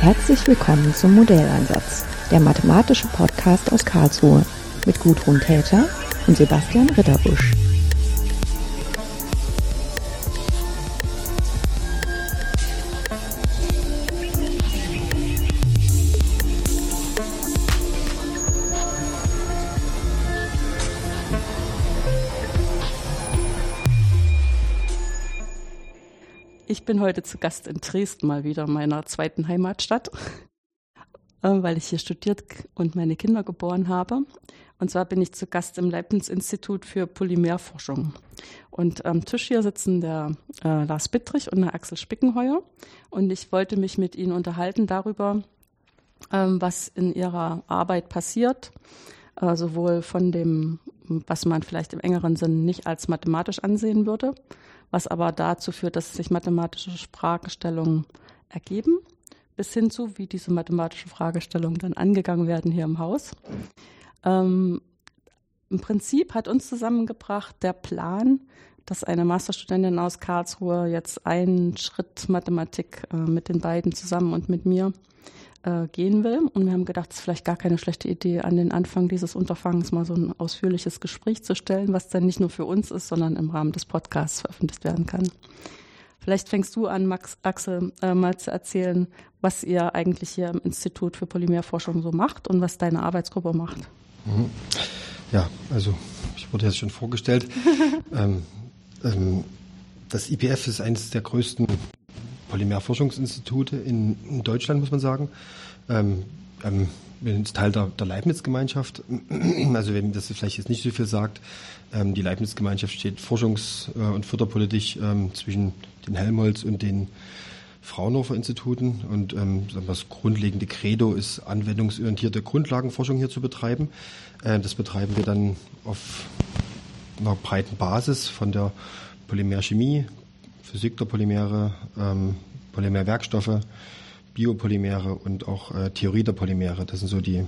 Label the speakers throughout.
Speaker 1: Herzlich willkommen zum Modelleinsatz, der mathematische Podcast aus Karlsruhe mit Gudrun Täter und Sebastian Ritterbusch.
Speaker 2: Ich bin heute zu Gast in Dresden, mal wieder meiner zweiten Heimatstadt, weil ich hier studiert und meine Kinder geboren habe. Und zwar bin ich zu Gast im Leibniz-Institut für Polymerforschung. Und am Tisch hier sitzen der Lars Bittrich und der Axel Spickenheuer. Und ich wollte mich mit Ihnen unterhalten darüber, was in Ihrer Arbeit passiert, sowohl von dem, was man vielleicht im engeren Sinn nicht als mathematisch ansehen würde, was aber dazu führt, dass sich mathematische Fragestellungen ergeben, bis hin zu, wie diese mathematischen Fragestellungen dann angegangen werden hier im Haus. Im Prinzip hat uns zusammengebracht der Plan, dass eine Masterstudentin aus Karlsruhe jetzt einen Schritt Mathematik mit den beiden zusammen und mit mir gehen will. Und wir haben gedacht, es ist vielleicht gar keine schlechte Idee, an den Anfang dieses Unterfangens mal so ein ausführliches Gespräch zu stellen, was dann nicht nur für uns ist, sondern im Rahmen des Podcasts veröffentlicht werden kann. Vielleicht fängst du an, Axel, mal zu erzählen, was ihr eigentlich hier im Institut für Polymerforschung so macht und was deine Arbeitsgruppe macht.
Speaker 3: Ja, also ich wurde jetzt schon vorgestellt. Das IPF ist eines der größten Polymerforschungsinstitute in Deutschland, muss man sagen. Wir sind Teil der Leibniz-Gemeinschaft. Also wenn das vielleicht jetzt nicht so viel sagt, die Leibniz-Gemeinschaft steht forschungs- und förderpolitisch zwischen den Helmholtz und den Fraunhofer-Instituten. Und das grundlegende Credo ist, anwendungsorientierte Grundlagenforschung hier zu betreiben. Das betreiben wir dann auf einer breiten Basis von der Polymerchemie, Physik der Polymere, Polymerwerkstoffe, Biopolymere und auch Theorie der Polymere. Das sind so die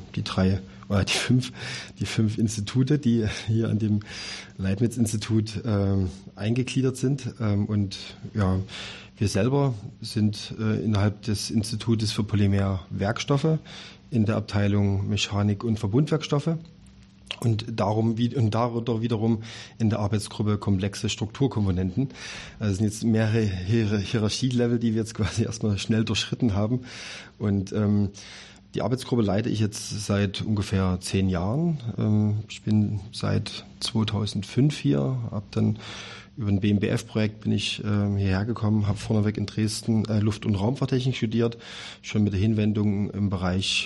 Speaker 3: fünf Institute, die hier an dem Leibniz-Institut eingegliedert sind. Und ja, wir selber sind innerhalb des Institutes für Polymerwerkstoffe in der Abteilung Mechanik und Verbundwerkstoffe. Und darunter wiederum in der Arbeitsgruppe komplexe Strukturkomponenten. Also es sind jetzt mehrere Hierarchielevel, die wir jetzt quasi erstmal schnell durchschritten haben. Und die Arbeitsgruppe leite ich jetzt seit ungefähr 10 Jahren. Ich bin seit 2005 hier, habe dann über ein BMBF-Projekt bin ich hierher gekommen, habe vorneweg in Dresden Luft- und Raumfahrttechnik studiert, schon mit der Hinwendung im Bereich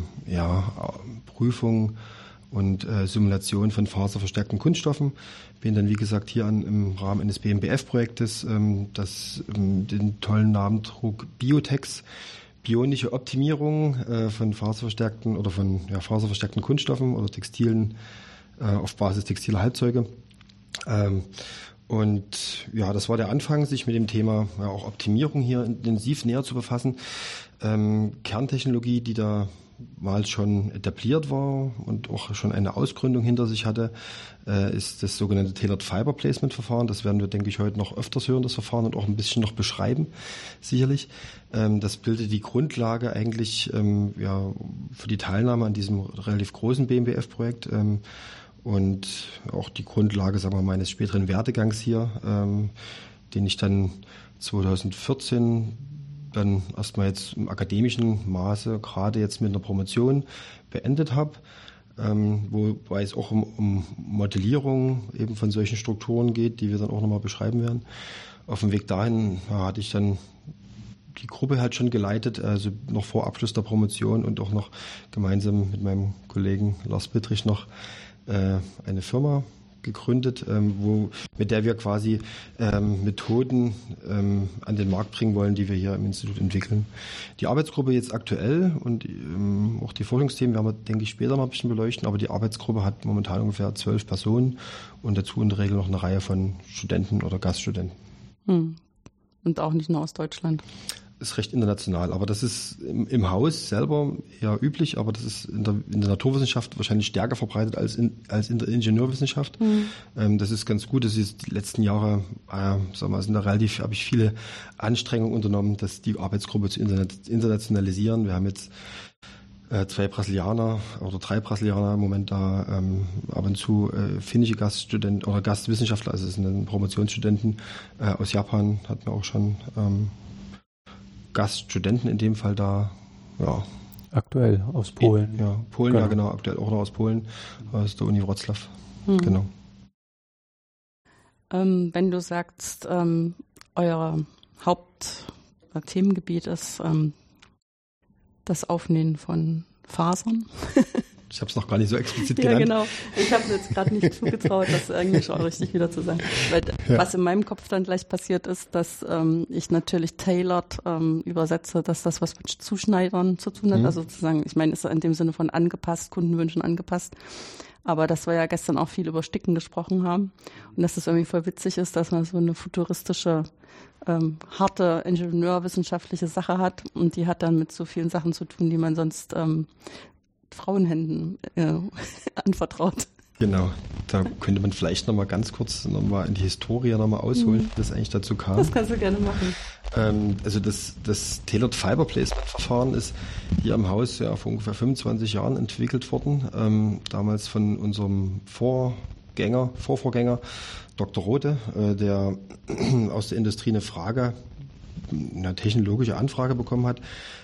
Speaker 3: Prüfung und Simulation von faserverstärkten Kunststoffen. Bin dann, wie gesagt, hier im Rahmen eines BMBF-Projektes, das den tollen Namen trug Biotex, bionische Optimierung von faserverstärkten oder von faserverstärkten Kunststoffen oder Textilien auf Basis textiler Halbzeuge. Und ja, das war der Anfang, sich mit dem Thema auch Optimierung hier intensiv näher zu befassen. Kerntechnologie, die da mal schon etabliert war und auch schon eine Ausgründung hinter sich hatte, ist das sogenannte Tailored Fiber Placement Verfahren. Das werden wir, denke ich, heute noch öfters hören, das Verfahren, und auch ein bisschen noch beschreiben, sicherlich. Das bildet die Grundlage eigentlich für die Teilnahme an diesem relativ großen BMBF-Projekt und auch die Grundlage, sagen wir mal, meines späteren Werdegangs hier, den ich dann 2014 dann erstmal jetzt im akademischen Maße, gerade jetzt mit einer Promotion, beendet habe, wobei es auch um Modellierung eben von solchen Strukturen geht, die wir dann auch nochmal beschreiben werden. Auf dem Weg dahin hatte ich dann die Gruppe halt schon geleitet, also noch vor Abschluss der Promotion und auch noch gemeinsam mit meinem Kollegen Lars Bittrich noch eine Firma gegründet, mit der wir quasi Methoden an den Markt bringen wollen, die wir hier im Institut entwickeln. Die Arbeitsgruppe jetzt aktuell und auch die Forschungsthemen werden wir, denke ich, später mal ein bisschen beleuchten, aber die Arbeitsgruppe hat momentan ungefähr 12 Personen und dazu in der Regel noch eine Reihe von Studenten oder Gaststudenten.
Speaker 2: Und auch nicht nur aus Deutschland?
Speaker 3: ist recht international, aber das ist im Haus selber eher üblich, aber das ist in der Naturwissenschaft wahrscheinlich stärker verbreitet als in der Ingenieurwissenschaft. Das ist ganz gut, das ist die letzten Jahre, habe ich viele Anstrengungen unternommen, dass die Arbeitsgruppe zu internationalisieren. Wir haben jetzt 3 Brasilianer im Moment da, ab und zu finnische Gaststudenten oder Gastwissenschaftler, also es sind Promotionsstudenten aus Japan, hatten wir auch schon Gaststudenten in dem Fall da, ja.
Speaker 4: Aktuell aus Polen.
Speaker 3: Ja, Polen, genau. Ja genau, aktuell auch noch aus Polen, aus der Uni Wrocław, genau.
Speaker 2: Wenn du sagst, euer Hauptthemengebiet ist das Aufnehmen von Fasern.
Speaker 3: Ich habe es noch gar nicht so explizit genannt.
Speaker 2: Ja, genau. Ich habe mir jetzt gerade nicht zugetraut, das Englisch auch richtig wieder zu sagen. Weil was in meinem Kopf dann gleich passiert ist, dass ich natürlich tailored übersetze, dass das was mit Zuschneidern zu tun hat. Also sozusagen, ich meine, ist in dem Sinne von angepasst, Kundenwünschen angepasst. Aber dass wir ja gestern auch viel über Sticken gesprochen haben und dass das irgendwie voll witzig ist, dass man so eine futuristische, harte ingenieurwissenschaftliche Sache hat und die hat dann mit so vielen Sachen zu tun, die man sonst Frauenhänden anvertraut.
Speaker 3: Genau, da könnte man vielleicht nochmal ganz kurz in die Historie nochmal ausholen, wie das eigentlich dazu kam.
Speaker 2: Das kannst du gerne machen.
Speaker 3: Also das Tailored Fiber Placement Verfahren ist hier im Haus ja vor ungefähr 25 Jahren entwickelt worden. Damals von unserem Vorvorgänger Dr. Rothe, der aus der Industrie eine technologische Anfrage bekommen hat.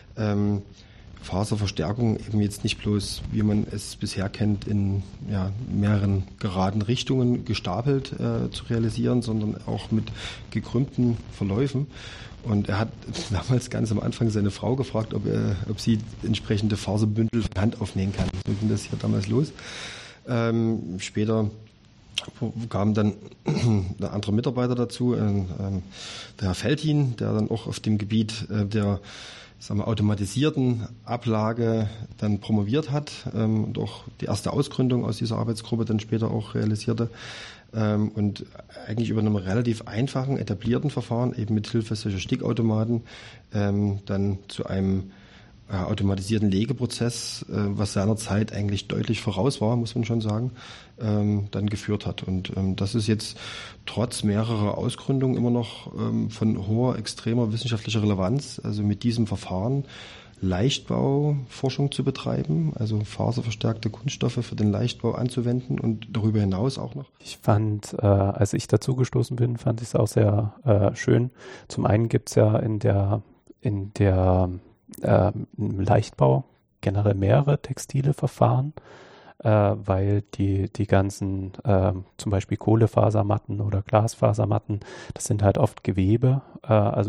Speaker 3: Faserverstärkung eben jetzt nicht bloß, wie man es bisher kennt, in mehreren geraden Richtungen gestapelt zu realisieren, sondern auch mit gekrümmten Verläufen. Und er hat damals ganz am Anfang seine Frau gefragt, ob sie entsprechende Faserbündel von Hand aufnehmen kann. So ging das hier damals los. Später kam dann ein anderer Mitarbeiter dazu, der Herr Feltin, der dann auch auf dem Gebiet der automatisierten Ablage dann promoviert hat und auch die erste Ausgründung aus dieser Arbeitsgruppe dann später auch realisierte und eigentlich über einem relativ einfachen, etablierten Verfahren, eben mit Hilfe solcher Stickautomaten, dann zu einem automatisierten Legeprozess, was seiner Zeit eigentlich deutlich voraus war, muss man schon sagen, dann geführt hat. Und das ist jetzt trotz mehrerer Ausgründungen immer noch von hoher, extremer wissenschaftlicher Relevanz, also mit diesem Verfahren Leichtbauforschung zu betreiben, also faserverstärkte Kunststoffe für den Leichtbau anzuwenden und darüber hinaus auch noch.
Speaker 4: Ich fand, als ich dazugestoßen bin, fand ich es auch sehr schön. Zum einen gibt es ja in der im Leichtbau generell mehrere textile Verfahren, weil die ganzen zum Beispiel Kohlefasermatten oder Glasfasermatten, das sind halt oft Gewebe, also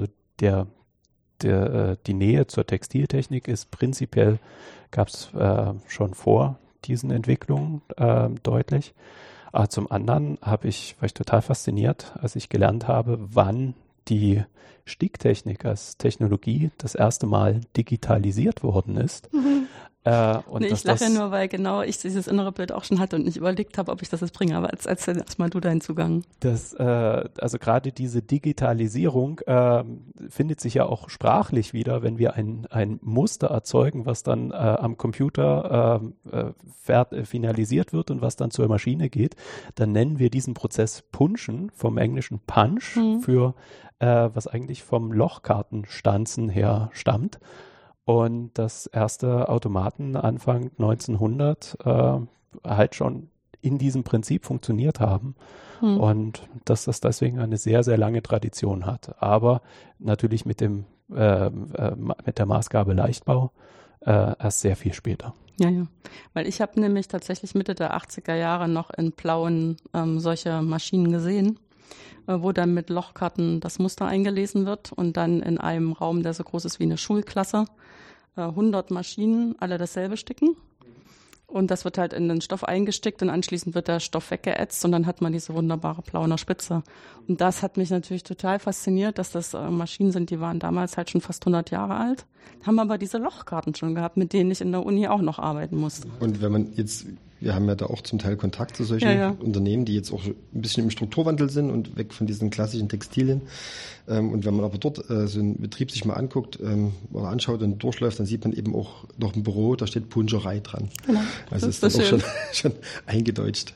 Speaker 4: die Nähe zur Textiltechnik ist prinzipiell, gab es schon vor diesen Entwicklungen deutlich. Aber zum anderen war ich total fasziniert, als ich gelernt habe, wann die Sticktechnik als Technologie das erste Mal digitalisiert worden ist. Und
Speaker 2: ich lache nur, weil genau ich dieses innere Bild auch schon hatte und nicht überlegt habe, ob ich das jetzt bringe. Aber erzähl erstmal du deinen Zugang.
Speaker 4: Also gerade diese Digitalisierung findet sich ja auch sprachlich wieder, wenn wir ein Muster erzeugen, was dann am Computer finalisiert wird und was dann zur Maschine geht, dann nennen wir diesen Prozess Punchen, vom englischen Punch, für was eigentlich vom Lochkartenstanzen her stammt. Und das erste Automaten Anfang 1900 halt schon in diesem Prinzip funktioniert haben. Und dass das deswegen eine sehr, sehr lange Tradition hat. Aber natürlich mit der Maßgabe Leichtbau erst sehr viel später.
Speaker 2: Ja, weil ich habe nämlich tatsächlich Mitte der 80er Jahre noch in Plauen solche Maschinen gesehen, wo dann mit Lochkarten das Muster eingelesen wird und dann in einem Raum, der so groß ist wie eine Schulklasse, 100 Maschinen, alle dasselbe sticken. Und das wird halt in den Stoff eingestickt und anschließend wird der Stoff weggeätzt und dann hat man diese wunderbare Plauener Spitze. Und das hat mich natürlich total fasziniert, dass das Maschinen sind, die waren damals halt schon fast 100 Jahre alt, haben aber diese Lochkarten schon gehabt, mit denen ich in der Uni auch noch arbeiten musste.
Speaker 3: Und wenn man jetzt Wir haben ja da auch zum Teil Kontakt zu solchen Unternehmen, die jetzt auch ein bisschen im Strukturwandel sind und weg von diesen klassischen Textilien. Und wenn man aber dort so einen Betrieb sich mal anguckt oder anschaut und durchläuft, dann sieht man eben auch noch ein Büro, da steht Pungerei dran. Genau. Also ist das auch schon eingedeutscht.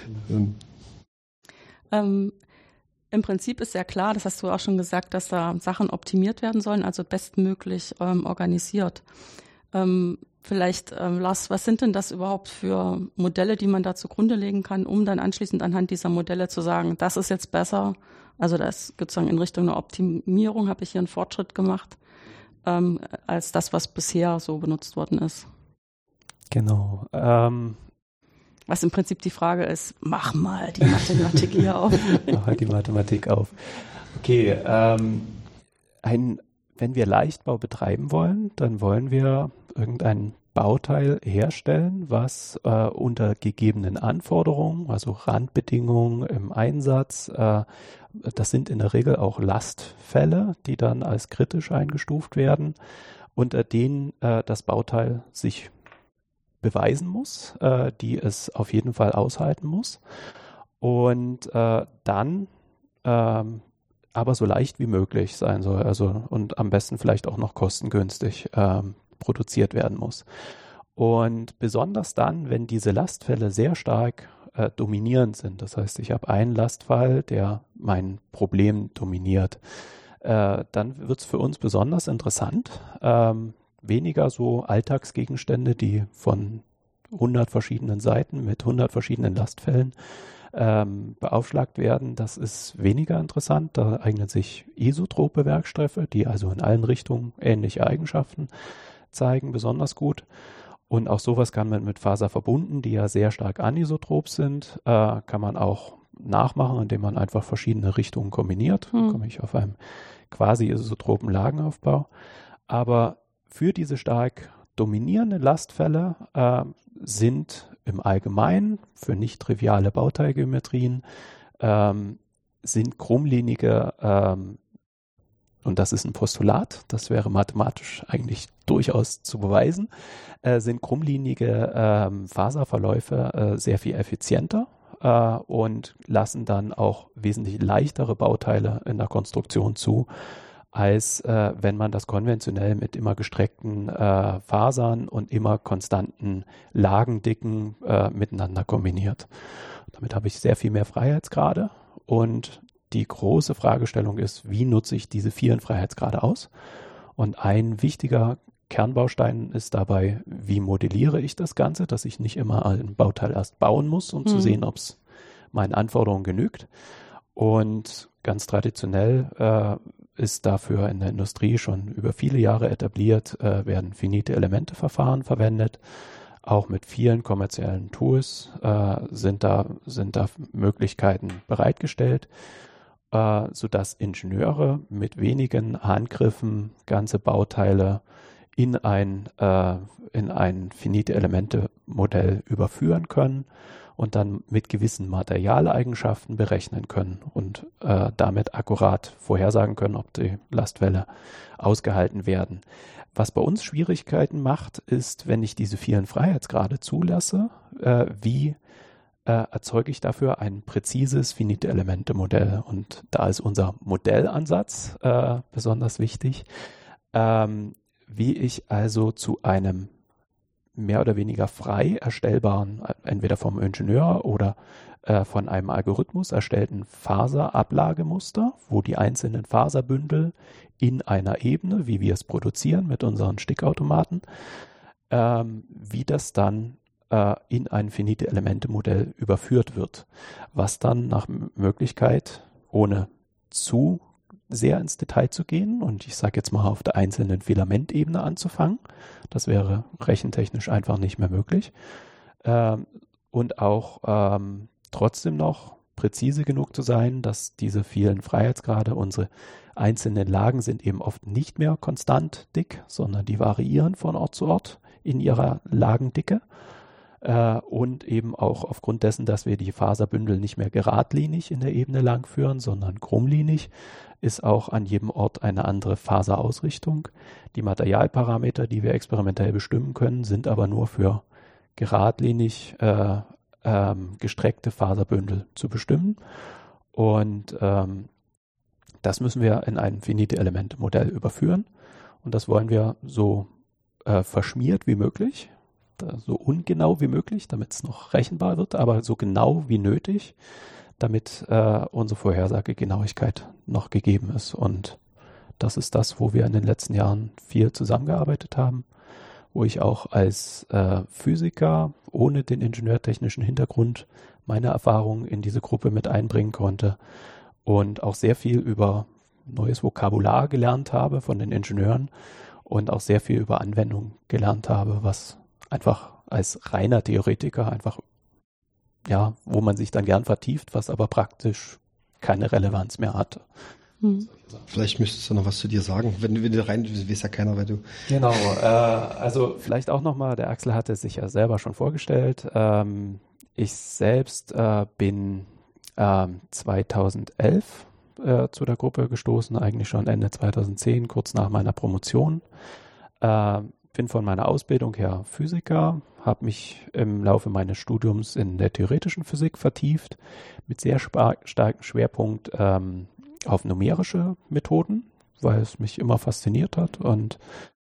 Speaker 2: Im Prinzip ist ja klar, das hast du auch schon gesagt, dass da Sachen optimiert werden sollen, also bestmöglich organisiert. Vielleicht, Lars, was sind denn das überhaupt für Modelle, die man da zugrunde legen kann, um dann anschließend anhand dieser Modelle zu sagen, das ist jetzt besser, also das sozusagen in Richtung einer Optimierung habe ich hier einen Fortschritt gemacht, als das, was bisher so benutzt worden ist.
Speaker 4: Genau.
Speaker 2: Was im Prinzip die Frage ist, mach mal die Mathematik hier auf.
Speaker 4: Mach mal die Mathematik auf. Okay, wenn wir Leichtbau betreiben wollen, dann wollen wir irgendein Bauteil herstellen, was unter gegebenen Anforderungen, also Randbedingungen im Einsatz, das sind in der Regel auch Lastfälle, die dann als kritisch eingestuft werden, unter denen das Bauteil sich beweisen muss, die es auf jeden Fall aushalten muss und dann aber so leicht wie möglich sein soll, also und am besten vielleicht auch noch kostengünstig produziert werden muss. Und besonders dann, wenn diese Lastfälle sehr stark dominierend sind, das heißt, ich habe einen Lastfall, der mein Problem dominiert, dann wird es für uns besonders interessant, weniger so Alltagsgegenstände, die von 100 verschiedenen Seiten mit 100 verschiedenen Lastfällen beaufschlagt werden, das ist weniger interessant. Da eignen sich isotrope Werkstoffe, die also in allen Richtungen ähnliche Eigenschaften zeigen, besonders gut. Und auch sowas kann man mit Faserverbunden, die ja sehr stark anisotrop sind, kann man auch nachmachen, indem man einfach verschiedene Richtungen kombiniert. Dann komme ich auf einem quasi isotropen Lagenaufbau. Aber für diese stark dominierenden Lastfälle sind im Allgemeinen für nicht triviale Bauteilgeometrien sind krummlinige, und das ist ein Postulat, das wäre mathematisch eigentlich durchaus zu beweisen, sind krummlinige Faserverläufe sehr viel effizienter und lassen dann auch wesentlich leichtere Bauteile in der Konstruktion zu, als wenn man das konventionell mit immer gestreckten Fasern und immer konstanten Lagendicken miteinander kombiniert. Damit habe ich sehr viel mehr Freiheitsgrade und die große Fragestellung ist, wie nutze ich diese vielen Freiheitsgrade aus? Und ein wichtiger Kernbaustein ist dabei, wie modelliere ich das Ganze, dass ich nicht immer ein Bauteil erst bauen muss, um zu sehen, ob es meinen Anforderungen genügt. Und ganz traditionell ist dafür in der Industrie schon über viele Jahre etabliert, werden finite Elemente-Verfahren verwendet. Auch mit vielen kommerziellen Tools sind da Möglichkeiten bereitgestellt, sodass Ingenieure mit wenigen Handgriffen ganze Bauteile in ein Finite-Elemente-Modell überführen können und dann mit gewissen Materialeigenschaften berechnen können und damit akkurat vorhersagen können, ob die Lastfälle ausgehalten werden. Was bei uns Schwierigkeiten macht, ist, wenn ich diese vielen Freiheitsgrade zulasse, wie erzeuge ich dafür ein präzises Finite-Elemente-Modell. Und da ist unser Modellansatz besonders wichtig, wie ich also zu einem mehr oder weniger frei erstellbaren, entweder vom Ingenieur oder von einem Algorithmus erstellten Faserablagemuster, wo die einzelnen Faserbündel in einer Ebene, wie wir es produzieren mit unseren Stickautomaten, wie das dann in ein Finite-Elemente-Modell überführt wird, was dann nach Möglichkeit, ohne zu sehr ins Detail zu gehen, und ich sage jetzt mal auf der einzelnen Filamentebene anzufangen, das wäre rechentechnisch einfach nicht mehr möglich, und auch trotzdem noch präzise genug zu sein, dass diese vielen Freiheitsgrade, unsere einzelnen Lagen sind eben oft nicht mehr konstant dick, sondern die variieren von Ort zu Ort in ihrer Lagendicke. Und eben auch aufgrund dessen, dass wir die Faserbündel nicht mehr geradlinig in der Ebene lang führen, sondern krummlinig, ist auch an jedem Ort eine andere Faserausrichtung. Die Materialparameter, die wir experimentell bestimmen können, sind aber nur für geradlinig gestreckte Faserbündel zu bestimmen. Und das müssen wir in ein Finite-Elemente-Modell überführen. Und das wollen wir so verschmiert wie möglich, so ungenau wie möglich, damit es noch rechenbar wird, aber so genau wie nötig, damit unsere Vorhersagegenauigkeit noch gegeben ist. Und das ist das, wo wir in den letzten Jahren viel zusammengearbeitet haben, wo ich auch als Physiker ohne den ingenieurtechnischen Hintergrund meine Erfahrungen in diese Gruppe mit einbringen konnte und auch sehr viel über neues Vokabular gelernt habe von den Ingenieuren und auch sehr viel über Anwendung gelernt habe, was einfach als reiner Theoretiker einfach, ja, wo man sich dann gern vertieft, was aber praktisch keine Relevanz mehr hat.
Speaker 3: Vielleicht müsstest du noch was zu dir sagen. Wenn du rein, weiß ja keiner, weil du...
Speaker 4: Genau, also vielleicht auch nochmal, der Axel hatte sich ja selber schon vorgestellt. Ich selbst bin 2011 zu der Gruppe gestoßen, eigentlich schon Ende 2010, kurz nach meiner Promotion. Bin von meiner Ausbildung her Physiker, habe mich im Laufe meines Studiums in der theoretischen Physik vertieft, mit sehr starkem Schwerpunkt auf numerische Methoden, weil es mich immer fasziniert hat. Und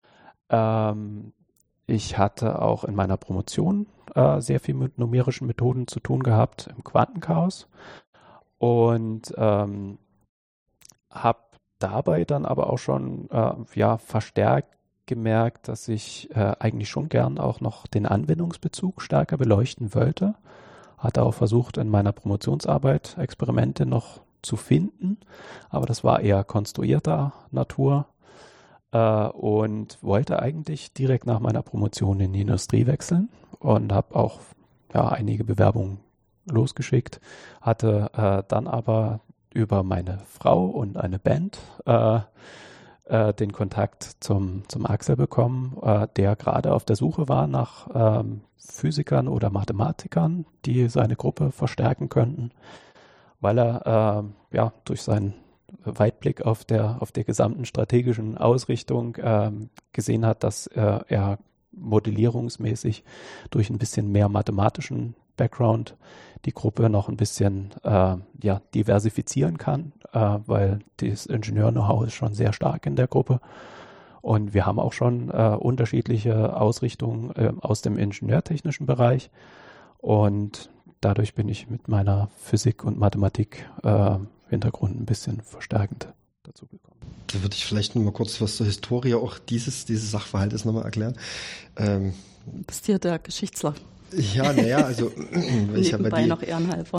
Speaker 4: ich hatte auch in meiner Promotion sehr viel mit numerischen Methoden zu tun gehabt im Quantenchaos und habe dabei dann aber auch schon verstärkt gemerkt, dass ich eigentlich schon gern auch noch den Anwendungsbezug stärker beleuchten wollte. Hatte auch versucht, in meiner Promotionsarbeit Experimente noch zu finden, aber das war eher konstruierter Natur und wollte eigentlich direkt nach meiner Promotion in die Industrie wechseln und habe auch einige Bewerbungen losgeschickt, hatte dann aber über meine Frau und eine Band den Kontakt zum Axel bekommen, der gerade auf der Suche war nach Physikern oder Mathematikern, die seine Gruppe verstärken könnten, weil er durch seinen Weitblick auf der gesamten strategischen Ausrichtung gesehen hat, dass er modellierungsmäßig durch ein bisschen mehr mathematischen Background die Gruppe noch ein bisschen diversifizieren kann, weil das Ingenieur-Know-how ist schon sehr stark in der Gruppe. Und wir haben auch schon unterschiedliche Ausrichtungen aus dem ingenieurtechnischen Bereich. Und dadurch bin ich mit meiner Physik- und Mathematik-Hintergrund ein bisschen verstärkend dazu gekommen.
Speaker 3: Da würde ich vielleicht noch mal kurz was zur Historie auch dieses Sachverhaltes nochmal erklären.
Speaker 2: Das ist hier der Geschichtler.
Speaker 3: Ja, also ich habe
Speaker 2: noch ehrenhalber.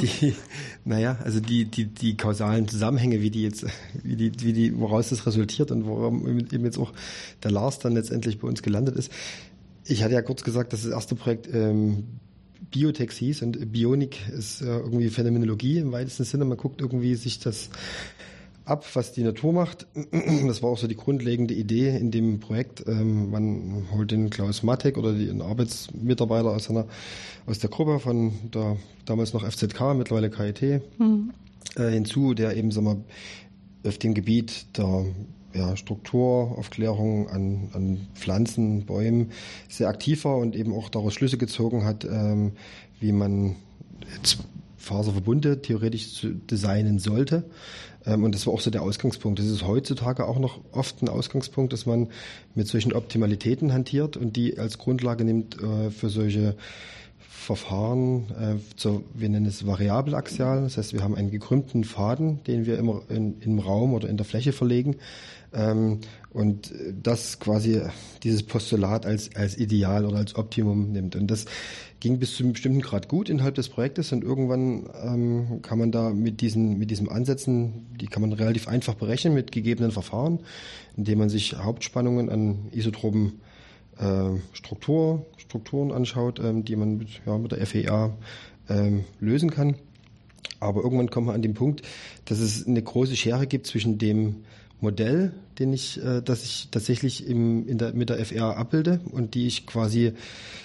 Speaker 3: Die kausalen Zusammenhänge, woraus das resultiert und worum eben jetzt auch der Lars dann letztendlich bei uns gelandet ist. Ich hatte ja kurz gesagt, dass das erste Projekt Biotex hieß und Bionik ist irgendwie Phänomenologie im weitesten Sinne. Man guckt irgendwie sich das ab, was die Natur macht. Das war auch so die grundlegende Idee in dem Projekt. Man holt den Klaus Mattek oder den Arbeitsmitarbeiter aus der Gruppe von der damals noch FZK, mittlerweile KIT, hinzu, der eben auf dem Gebiet der Strukturaufklärung an Pflanzen, Bäumen sehr aktiv war und eben auch daraus Schlüsse gezogen hat, wie man jetzt Faserverbunde theoretisch zu designen sollte. Und das war auch so der Ausgangspunkt. Das ist heutzutage auch noch oft ein Ausgangspunkt, dass man mit solchen Optimalitäten hantiert und die als Grundlage nimmt für solche Verfahren. Wir nennen es variabelaxial. Das heißt, wir haben einen gekrümmten Faden, den wir immer im Raum oder in der Fläche verlegen. Und das quasi dieses Postulat als Ideal oder als Optimum nimmt. Und das ging bis zu einem bestimmten Grad gut innerhalb des Projektes und irgendwann kann man da mit diesen Ansätzen, die kann man relativ einfach berechnen mit gegebenen Verfahren, indem man sich Hauptspannungen an isotropen Strukturen anschaut, die man mit der FEA lösen kann. Aber irgendwann kommt man an den Punkt, dass es eine große Schere gibt zwischen dem Modell, das ich tatsächlich mit der FEA abbilde und die ich quasi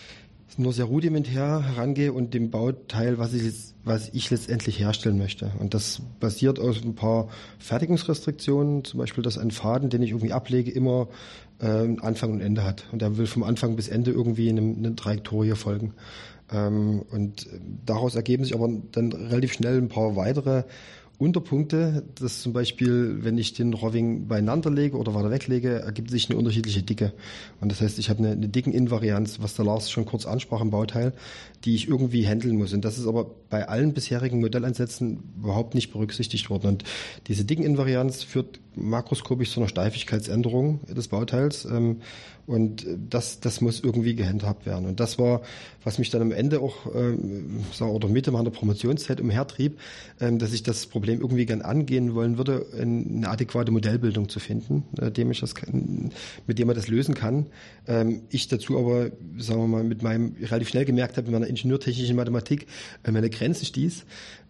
Speaker 3: nur sehr rudimentär herangehe und dem Bauteil, was ich letztendlich herstellen möchte. Und das basiert aus ein paar Fertigungsrestriktionen, zum Beispiel, dass ein Faden, den ich irgendwie ablege, immer Anfang und Ende hat. Und der will vom Anfang bis Ende irgendwie eine Trajektorie folgen. Und daraus ergeben sich aber dann relativ schnell ein paar weitere Unterpunkte, dass zum Beispiel, wenn ich den Roving beieinander lege oder weiter weglege, ergibt sich eine unterschiedliche Dicke. Und das heißt, ich habe eine Dicken-Invarianz, was der Lars schon kurz ansprach im Bauteil, die ich irgendwie handeln muss. Und das ist aber bei allen bisherigen Modellansätzen überhaupt nicht berücksichtigt worden. Und diese Dicken-Invarianz führt makroskopisch zu einer Steifigkeitsänderung des Bauteils. Und das muss irgendwie gehandhabt werden. Und das war, was mich dann am Ende auch, oder Mitte meiner Promotionszeit umhertrieb, dass ich das Problem irgendwie gern angehen wollen würde, eine adäquate Modellbildung zu finden, mit dem man das lösen kann. Ich dazu aber, sagen wir mal, mit meinem relativ schnell gemerkt habe, mit meiner ingenieurtechnischen Mathematik meine Grenzen stieß.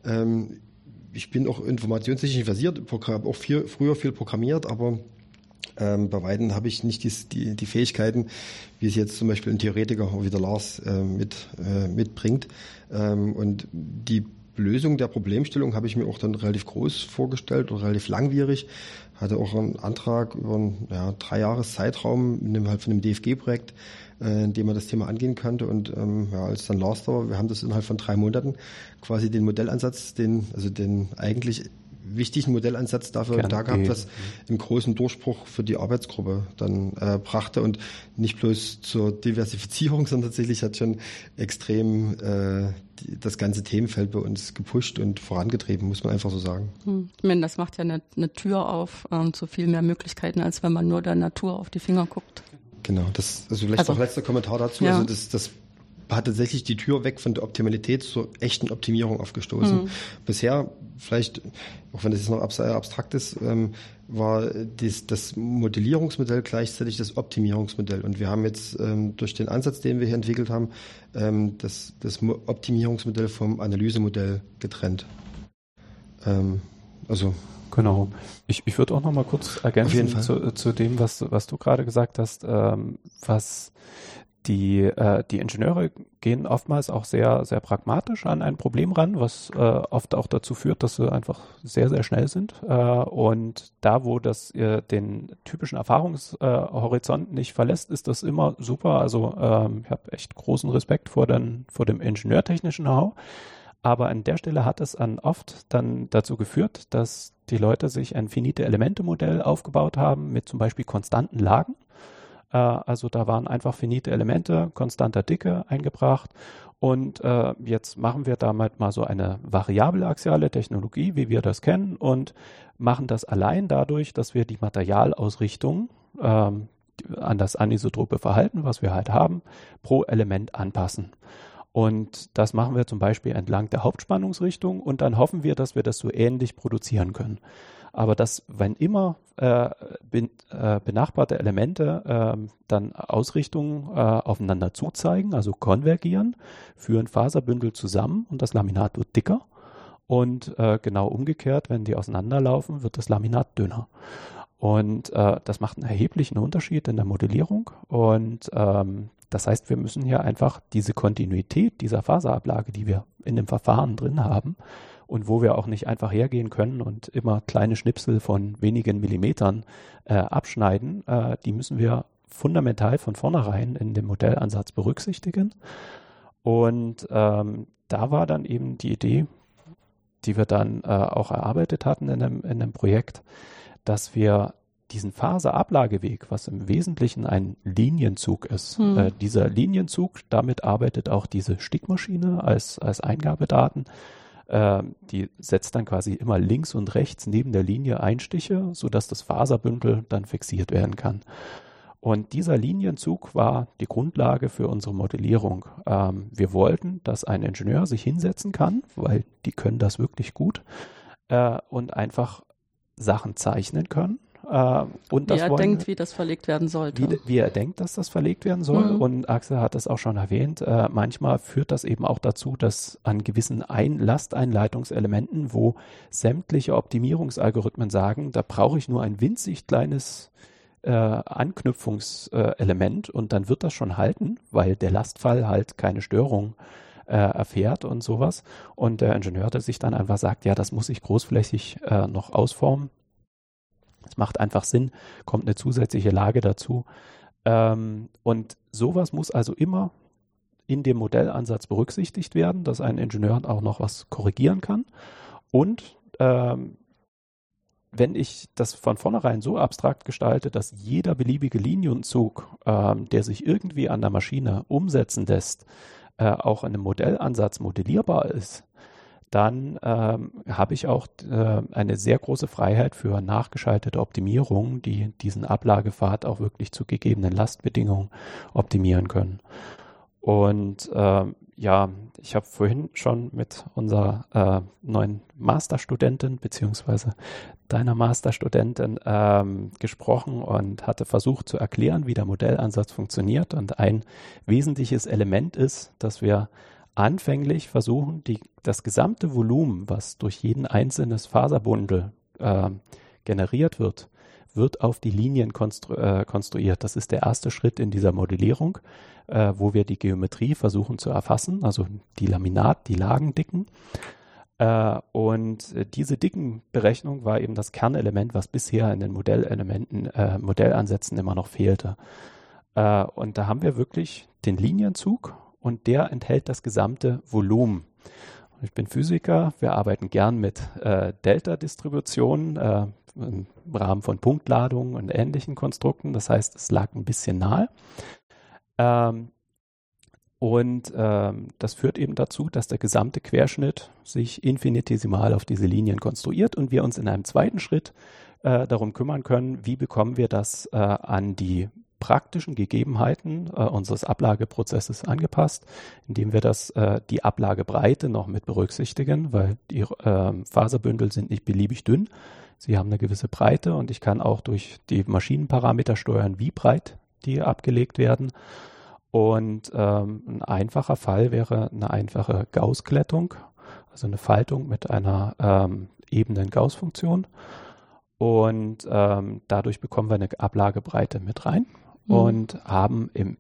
Speaker 3: Ich bin auch informationstechnisch versiert, habe auch früher viel programmiert, aber bei weitem habe ich nicht die Fähigkeiten, wie es jetzt zum Beispiel ein Theoretiker wie der Lars mitbringt. Und die Lösung der Problemstellung habe ich mir auch dann relativ groß vorgestellt oder relativ langwierig. Hatte auch einen Antrag über einen 3-Jahres-Zeitraum innerhalb von einem DFG-Projekt, in dem man das Thema angehen könnte. Und als dann Lars da war, wir haben das innerhalb von 3 Monaten quasi den Modellansatz, den eigentlich wichtigen Modellansatz dafür da gehabt, was einen großen Durchbruch für die Arbeitsgruppe dann brachte und nicht bloß zur Diversifizierung, sondern tatsächlich hat schon extrem das ganze Themenfeld bei uns gepusht und vorangetrieben, muss man einfach so sagen.
Speaker 2: Ich meine, das macht ja eine Tür auf zu viel mehr Möglichkeiten, als wenn man nur der Natur auf die Finger guckt.
Speaker 3: Genau, vielleicht noch letzter Kommentar dazu. Ja. Also das hat tatsächlich die Tür weg von der Optimalität zur echten Optimierung aufgestoßen. Bisher, vielleicht, auch wenn das jetzt noch abstrakt ist, war das Modellierungsmodell gleichzeitig das Optimierungsmodell. Und wir haben jetzt durch den Ansatz, den wir hier entwickelt haben, das Optimierungsmodell vom Analysemodell getrennt.
Speaker 4: Genau. Ich würde auch noch mal kurz ergänzen zu dem, was du gerade gesagt hast, was die Ingenieure gehen oftmals auch sehr, sehr pragmatisch an ein Problem ran, was oft auch dazu führt, dass sie einfach sehr, sehr schnell sind. Und da, wo das den typischen Erfahrungshorizont nicht verlässt, ist das immer super. Also ich habe echt großen Respekt vor dem ingenieurtechnischen Know-how. Aber an der Stelle hat es oft dann dazu geführt, dass die Leute sich ein Finite-Elemente-Modell aufgebaut haben mit zum Beispiel konstanten Lagen. Also da waren einfach finite Elemente, konstanter Dicke eingebracht. Und jetzt machen wir damit mal so eine variable axiale Technologie, wie wir das kennen, und machen das allein dadurch, dass wir die Materialausrichtung an das anisotrope Verhalten, was wir halt haben, pro Element anpassen. Und das machen wir zum Beispiel entlang der Hauptspannungsrichtung und dann hoffen wir, dass wir das so ähnlich produzieren können. Aber dass, wenn immer benachbarte Elemente dann Ausrichtungen aufeinander zuzeigen, also konvergieren, führen Faserbündel zusammen und das Laminat wird dicker. Und genau umgekehrt, wenn die auseinanderlaufen, wird das Laminat dünner. Und das macht einen erheblichen Unterschied in der Modellierung. Und das heißt, wir müssen hier einfach diese Kontinuität dieser Faserablage, die wir in dem Verfahren drin haben und wo wir auch nicht einfach hergehen können und immer kleine Schnipsel von wenigen Millimetern abschneiden, die müssen wir fundamental von vornherein in dem Modellansatz berücksichtigen. Und da war dann eben die Idee, die wir dann auch erarbeitet hatten in einem Projekt, dass wir diesen Faserablageweg, was im Wesentlichen ein Linienzug ist, dieser Linienzug, damit arbeitet auch diese Stickmaschine als Eingabedaten, die setzt dann quasi immer links und rechts neben der Linie Einstiche, sodass das Faserbündel dann fixiert werden kann. Und dieser Linienzug war die Grundlage für unsere Modellierung. Wir wollten, dass ein Ingenieur sich hinsetzen kann, weil die können das wirklich gut, und einfach Sachen zeichnen können. Und
Speaker 2: wie er denkt, wie das verlegt werden sollte.
Speaker 4: Wie er denkt, dass das verlegt werden soll. Und Axel hat das auch schon erwähnt. Manchmal führt das eben auch dazu, dass an gewissen Lasteinleitungselementen, wo sämtliche Optimierungsalgorithmen sagen, da brauche ich nur ein winzig kleines Anknüpfungselement und dann wird das schon halten, weil der Lastfall halt keine Störung erfährt und sowas. Und der Ingenieur, der sich dann einfach sagt, ja, das muss ich großflächig noch ausformen. Es macht einfach Sinn, kommt eine zusätzliche Lage dazu. Und sowas muss also immer in dem Modellansatz berücksichtigt werden, dass ein Ingenieur auch noch was korrigieren kann. Und wenn ich das von vornherein so abstrakt gestalte, dass jeder beliebige Linienzug, der sich irgendwie an der Maschine umsetzen lässt, auch in einem Modellansatz modellierbar ist, dann habe ich auch eine sehr große Freiheit für nachgeschaltete Optimierungen, die diesen Ablagepfad auch wirklich zu gegebenen Lastbedingungen optimieren können. Und ja, ich habe vorhin schon mit unserer neuen Masterstudentin beziehungsweise deiner Masterstudentin gesprochen und hatte versucht zu erklären, wie der Modellansatz funktioniert. Und ein wesentliches Element ist, dass wir anfänglich versuchen, das gesamte Volumen, was durch jeden einzelnes Faserbundel generiert wird auf die Linien konstruiert. Das ist der erste Schritt in dieser Modellierung, wo wir die Geometrie versuchen zu erfassen, also die Lagendicken. Und diese Dickenberechnung war eben das Kernelement, was bisher in den Modellansätzen immer noch fehlte. Und da haben wir wirklich den Linienzug und der enthält das gesamte Volumen. Ich bin Physiker, wir arbeiten gern mit Delta-Distributionen im Rahmen von Punktladungen und ähnlichen Konstrukten. Das heißt, es lag ein bisschen nahe. Das führt eben dazu, dass der gesamte Querschnitt sich infinitesimal auf diese Linien konstruiert und wir uns in einem zweiten Schritt darum kümmern können, wie bekommen wir das an die praktischen Gegebenheiten unseres Ablageprozesses angepasst, indem wir die Ablagebreite noch mit berücksichtigen, weil die Faserbündel sind nicht beliebig dünn. Sie haben eine gewisse Breite und ich kann auch durch die Maschinenparameter steuern, wie breit die abgelegt werden. Und ein einfacher Fall wäre eine einfache Gauß-Glättung, also eine Faltung mit einer ebenen Gauß-Funktion. Und dadurch bekommen wir eine Ablagebreite mit rein und haben in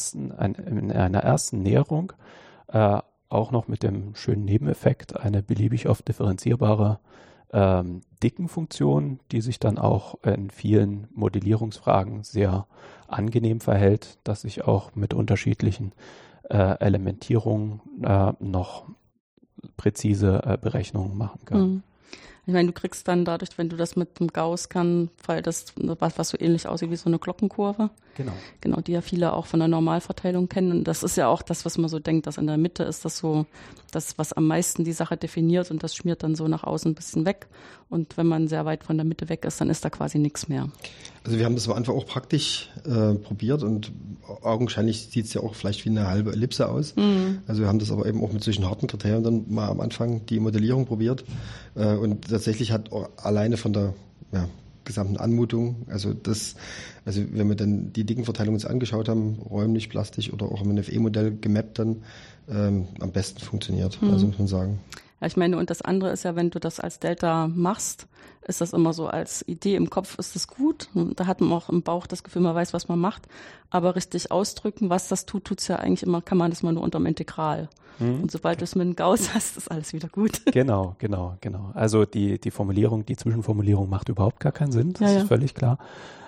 Speaker 4: einer ersten Näherung auch noch mit dem schönen Nebeneffekt eine beliebig oft differenzierbare Dickenfunktion, die sich dann auch in vielen Modellierungsfragen sehr angenehm verhält, dass ich auch mit unterschiedlichen Elementierungen noch präzise Berechnungen machen kann.
Speaker 2: Ich meine, du kriegst dann dadurch, wenn du das mit dem Gauss kannst, weil das was so ähnlich aussieht wie so eine Glockenkurve. Genau, die ja viele auch von der Normalverteilung kennen. Und das ist ja auch das, was man so denkt, dass in der Mitte ist das so, das, was am meisten die Sache definiert und das schmiert dann so nach außen ein bisschen weg. Und wenn man sehr weit von der Mitte weg ist, dann ist da quasi nichts mehr.
Speaker 3: Also wir haben das am Anfang auch praktisch probiert und augenscheinlich sieht es ja auch vielleicht wie eine halbe Ellipse aus. Also wir haben das aber eben auch mit solchen harten Kriterien dann mal am Anfang die Modellierung probiert. Und tatsächlich hat auch alleine von der gesamten Anmutung, also wenn wir dann die Dickenverteilung uns angeschaut haben, räumlich, plastisch oder auch im NFE-Modell gemappt dann, am besten funktioniert, also muss man sagen.
Speaker 2: Ja, ich meine, und das andere ist ja, wenn du das als Delta machst, ist das immer so als Idee im Kopf, ist das gut. Da hat man auch im Bauch das Gefühl, man weiß, was man macht. Aber richtig ausdrücken, was das tut's ja eigentlich immer, kann man das mal nur unterm Integral. Und sobald du es mit dem Gauss hast, ist alles wieder gut.
Speaker 4: Genau. Also die Formulierung, die Zwischenformulierung macht überhaupt gar keinen Sinn, das ist völlig klar.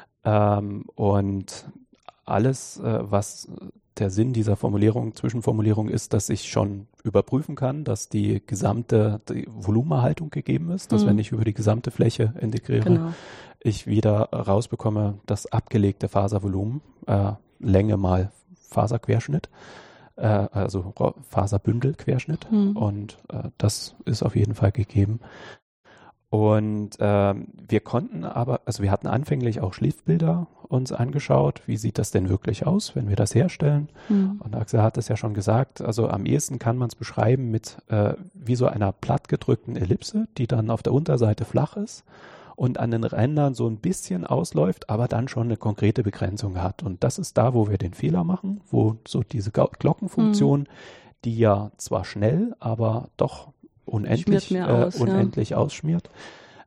Speaker 4: Und alles, was der Sinn dieser Zwischenformulierung ist, dass ich schon überprüfen kann, dass die Volumenerhaltung gegeben ist, dass wenn ich über die gesamte Fläche integriere, ich wieder rausbekomme das abgelegte Faservolumen, Länge mal Faserquerschnitt, also Faserbündelquerschnitt und das ist auf jeden Fall gegeben. Und wir hatten anfänglich auch Schliffbilder uns angeschaut, wie sieht das denn wirklich aus, wenn wir das herstellen. Und Axel hat es ja schon gesagt, also am ehesten kann man es beschreiben mit wie so einer plattgedrückten Ellipse, die dann auf der Unterseite flach ist und an den Rändern so ein bisschen ausläuft, aber dann schon eine konkrete Begrenzung hat. Und das ist da, wo wir den Fehler machen, wo so diese Glockenfunktion, die ja zwar schnell, aber doch unendlich ausschmiert,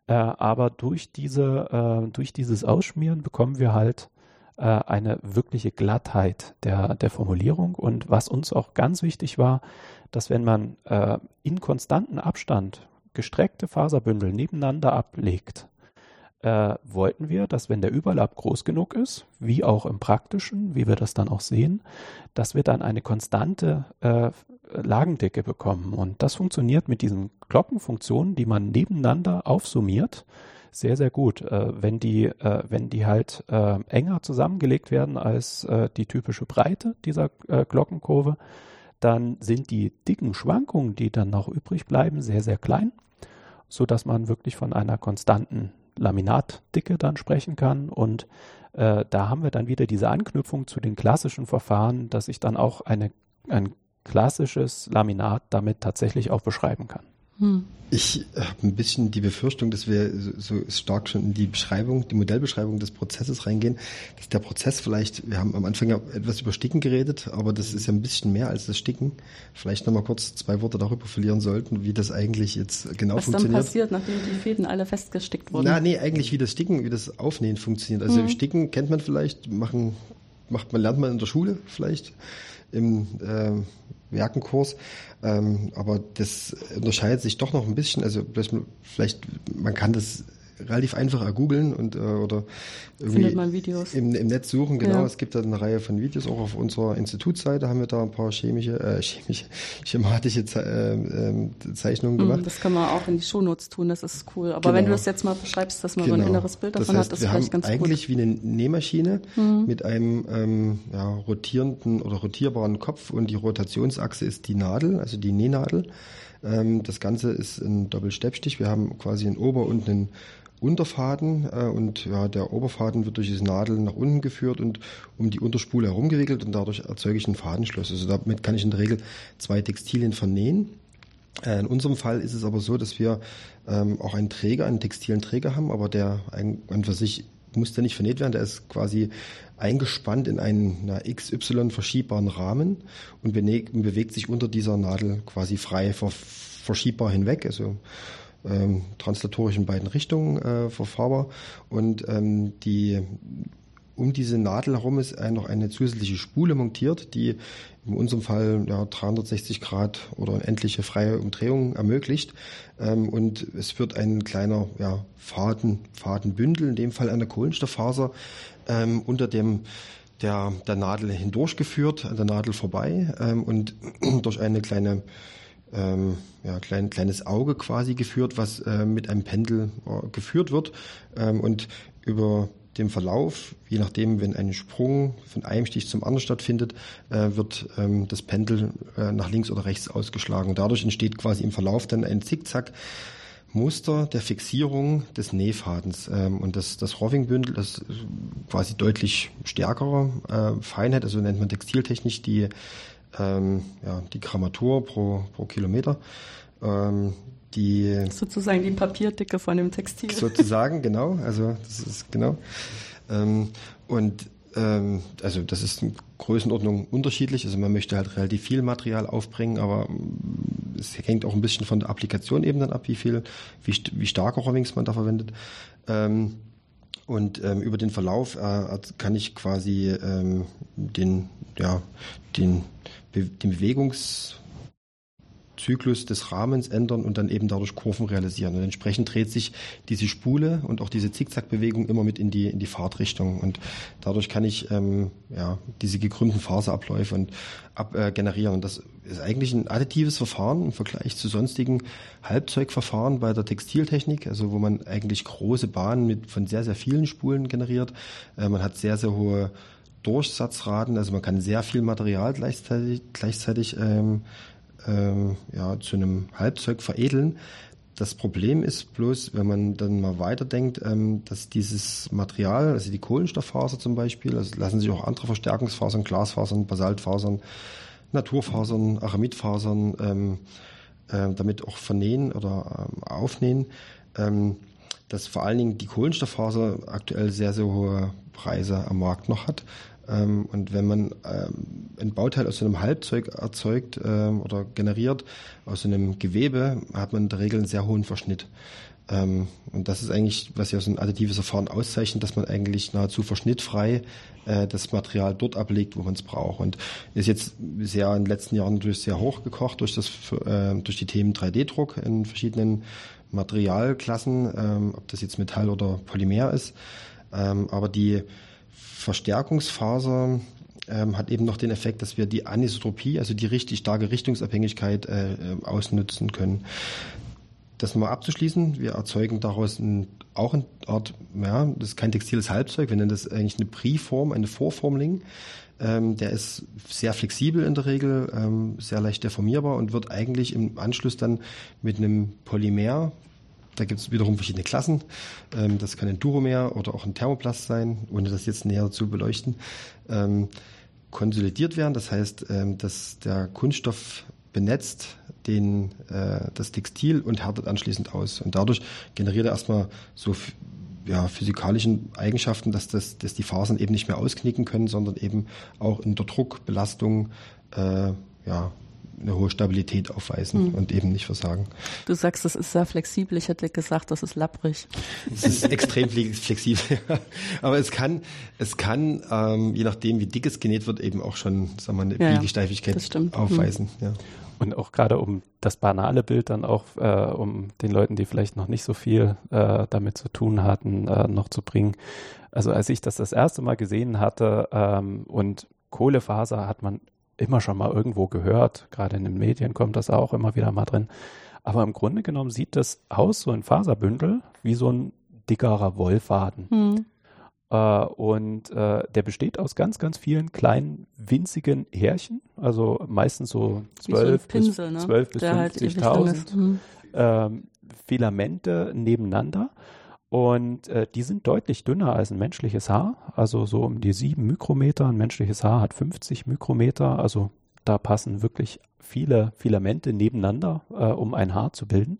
Speaker 4: Aber durch dieses Ausschmieren bekommen wir halt eine wirkliche Glattheit der Formulierung. Und was uns auch ganz wichtig war, dass wenn man in konstantem Abstand gestreckte Faserbündel nebeneinander ablegt, wollten wir, dass wenn der Überlapp groß genug ist, wie auch im Praktischen, wie wir das dann auch sehen, dass wir dann eine konstante Lagendicke bekommen. Und das funktioniert mit diesen Glockenfunktionen, die man nebeneinander aufsummiert, sehr, sehr gut. Wenn die halt enger zusammengelegt werden als die typische Breite dieser Glockenkurve, dann sind die dicken Schwankungen, die dann noch übrig bleiben, sehr, sehr klein, sodass man wirklich von einer konstanten Laminatdicke dann sprechen kann. Und da haben wir dann wieder diese Anknüpfung zu den klassischen Verfahren, dass ich dann auch ein klassisches Laminat damit tatsächlich auch beschreiben kann.
Speaker 3: Ich habe ein bisschen die Befürchtung, dass wir so stark schon in die Modellbeschreibung des Prozesses reingehen, dass der Prozess vielleicht, wir haben am Anfang ja etwas über Sticken geredet, aber das ist ja ein bisschen mehr als das Sticken. Vielleicht nochmal kurz 2 Worte darüber verlieren sollten, wie das eigentlich jetzt genau funktioniert.
Speaker 2: Was dann passiert, nachdem die Fäden alle festgestickt wurden?
Speaker 3: Eigentlich wie das Sticken, wie das Aufnähen funktioniert. Also Sticken kennt man vielleicht, lernt man in der Schule vielleicht, im Werkenkurs, aber das unterscheidet sich doch noch ein bisschen. Also vielleicht man kann das relativ einfach ergoogeln und oder irgendwie
Speaker 2: findet man Videos
Speaker 3: im Netz suchen. Genau,
Speaker 2: ja.
Speaker 3: Es gibt da eine Reihe von Videos, auch auf unserer Institutsseite haben wir da ein paar schematische Zeichnungen gemacht.
Speaker 2: Das kann man auch in die Shownotes tun, das ist cool. Aber wenn du das jetzt mal beschreibst, dass man so ein inneres Bild davon hat, das ist vielleicht ganz gut. Wir haben eigentlich wie eine Nähmaschine mit einem rotierenden oder rotierbaren Kopf, und die Rotationsachse ist die Nadel, also die Nähnadel. Das Ganze ist ein Doppelsteppstich. Wir haben quasi einen Ober- und einen Unterfaden und der Oberfaden wird durch diese Nadel nach unten geführt und um die Unterspule herumgewickelt, und dadurch erzeuge ich einen Fadenschluss. Also damit kann ich in der Regel 2 Textilien vernähen. In unserem Fall ist es aber so, dass wir auch einen textilen Träger haben, aber der an für sich muss der nicht vernäht werden, der ist quasi eingespannt in einen XY verschiebbaren Rahmen und bewegt sich unter dieser Nadel quasi frei verschiebbar hinweg, also translatorisch in beiden Richtungen verfahrbar. Und um diese Nadel herum ist noch eine zusätzliche Spule montiert, die in unserem Fall 360 Grad oder endliche freie Umdrehung ermöglicht. Und es wird ein kleiner Fadenbündel, in dem Fall eine Kohlenstofffaser, unter der Nadel hindurchgeführt, an der Nadel vorbei und durch eine kleines Auge quasi geführt, was mit einem Pendel geführt wird, und über dem Verlauf, je nachdem, wenn ein Sprung von einem Stich zum anderen stattfindet, wird das Pendel nach links oder rechts ausgeschlagen. Dadurch entsteht quasi im Verlauf dann ein Zickzack-Muster der Fixierung des Nähfadens. Und das Roving-Bündel, das ist quasi deutlich stärkere Feinheit, also nennt man textiltechnisch die Grammatur pro Kilometer. Sozusagen die Papierdicke von dem Textil.
Speaker 3: Sozusagen, genau. Also das ist genau. Also das ist in Größenordnung unterschiedlich. Also man möchte halt relativ viel Material aufbringen, aber es hängt auch ein bisschen von der Applikation eben dann ab, wie starke Rovings man da verwendet. Und über den Verlauf kann ich quasi den Bewegungszyklus des Rahmens ändern und dann eben dadurch Kurven realisieren. Und entsprechend dreht sich diese Spule und auch diese Zickzackbewegung immer mit in die Fahrtrichtung. Und dadurch kann ich diese gekrümmten Faserabläufe generieren. Und das ist eigentlich ein additives Verfahren im Vergleich zu sonstigen Halbzeugverfahren bei der Textiltechnik, also wo man eigentlich große Bahnen von sehr, sehr vielen Spulen generiert. Man hat sehr, sehr hohe Durchsatzraten, also man kann sehr viel Material gleichzeitig zu einem Halbzeug veredeln. Das Problem ist bloß, wenn man dann mal weiterdenkt, dass dieses Material, also die Kohlenstofffaser zum Beispiel, also lassen sich auch andere Verstärkungsfasern, Glasfasern, Basaltfasern, Naturfasern, Aramidfasern damit auch vernähen oder aufnähen, dass vor allen Dingen die Kohlenstofffaser aktuell sehr, sehr hohe Preise am Markt noch hat. Und wenn man ein Bauteil aus einem Halbzeug erzeugt oder generiert, aus einem Gewebe, hat man in der Regel einen sehr hohen Verschnitt. Und das ist eigentlich, was ja so ein additives Verfahren auszeichnet, dass man eigentlich nahezu verschnittfrei das Material dort ablegt, wo man es braucht. Und ist jetzt sehr in den letzten Jahren natürlich sehr hochgekocht durch die Themen 3D-Druck in verschiedenen Materialklassen, ob das jetzt Metall oder Polymer ist. Aber die Verstärkungsfaser hat eben noch den Effekt, dass wir die Anisotropie, also die richtig starke Richtungsabhängigkeit, ausnutzen können. Das mal abzuschließen, wir erzeugen daraus auch eine Art, das ist kein textiles Halbzeug, wir nennen das eigentlich eine Preform, eine Vorformling. Der ist sehr flexibel in der Regel, sehr leicht deformierbar und wird eigentlich im Anschluss dann mit einem Polymer, da gibt es wiederum verschiedene Klassen, das kann ein Duromer oder auch ein Thermoplast sein, ohne das jetzt näher zu beleuchten, konsolidiert werden. Das heißt, dass der Kunststoff benetzt das Textil und härtet anschließend aus. Und dadurch generiert er erstmal so physikalischen Eigenschaften, dass die Fasern eben nicht mehr ausknicken können, sondern eben auch in der Druckbelastung eine hohe Stabilität aufweisen und eben nicht versagen.
Speaker 2: Du sagst, das ist sehr flexibel. Ich hätte gesagt, das ist lapprig.
Speaker 3: Es ist extrem flexibel. Aber es kann, je nachdem, wie dick es genäht wird, eben auch schon, sagen wir, eine Biegesteifigkeit aufweisen. Ja.
Speaker 4: Und auch gerade um das banale Bild dann auch, um den Leuten, die vielleicht noch nicht so viel damit zu tun hatten, noch zu bringen. Also als ich das erste Mal gesehen hatte und Kohlefaser hat man immer schon mal irgendwo gehört, gerade in den Medien kommt das auch immer wieder mal drin. Aber im Grunde genommen sieht das aus, so ein Faserbündel, wie so ein dickerer Wollfaden. Und der besteht aus ganz, ganz vielen kleinen, winzigen Härchen, also meistens so 12 bis 50.000 Filamente nebeneinander. Und die sind deutlich dünner als ein menschliches Haar, also so um die 7 Mikrometer. Ein menschliches Haar hat 50 Mikrometer, also da passen wirklich viele Filamente nebeneinander, um ein Haar zu bilden.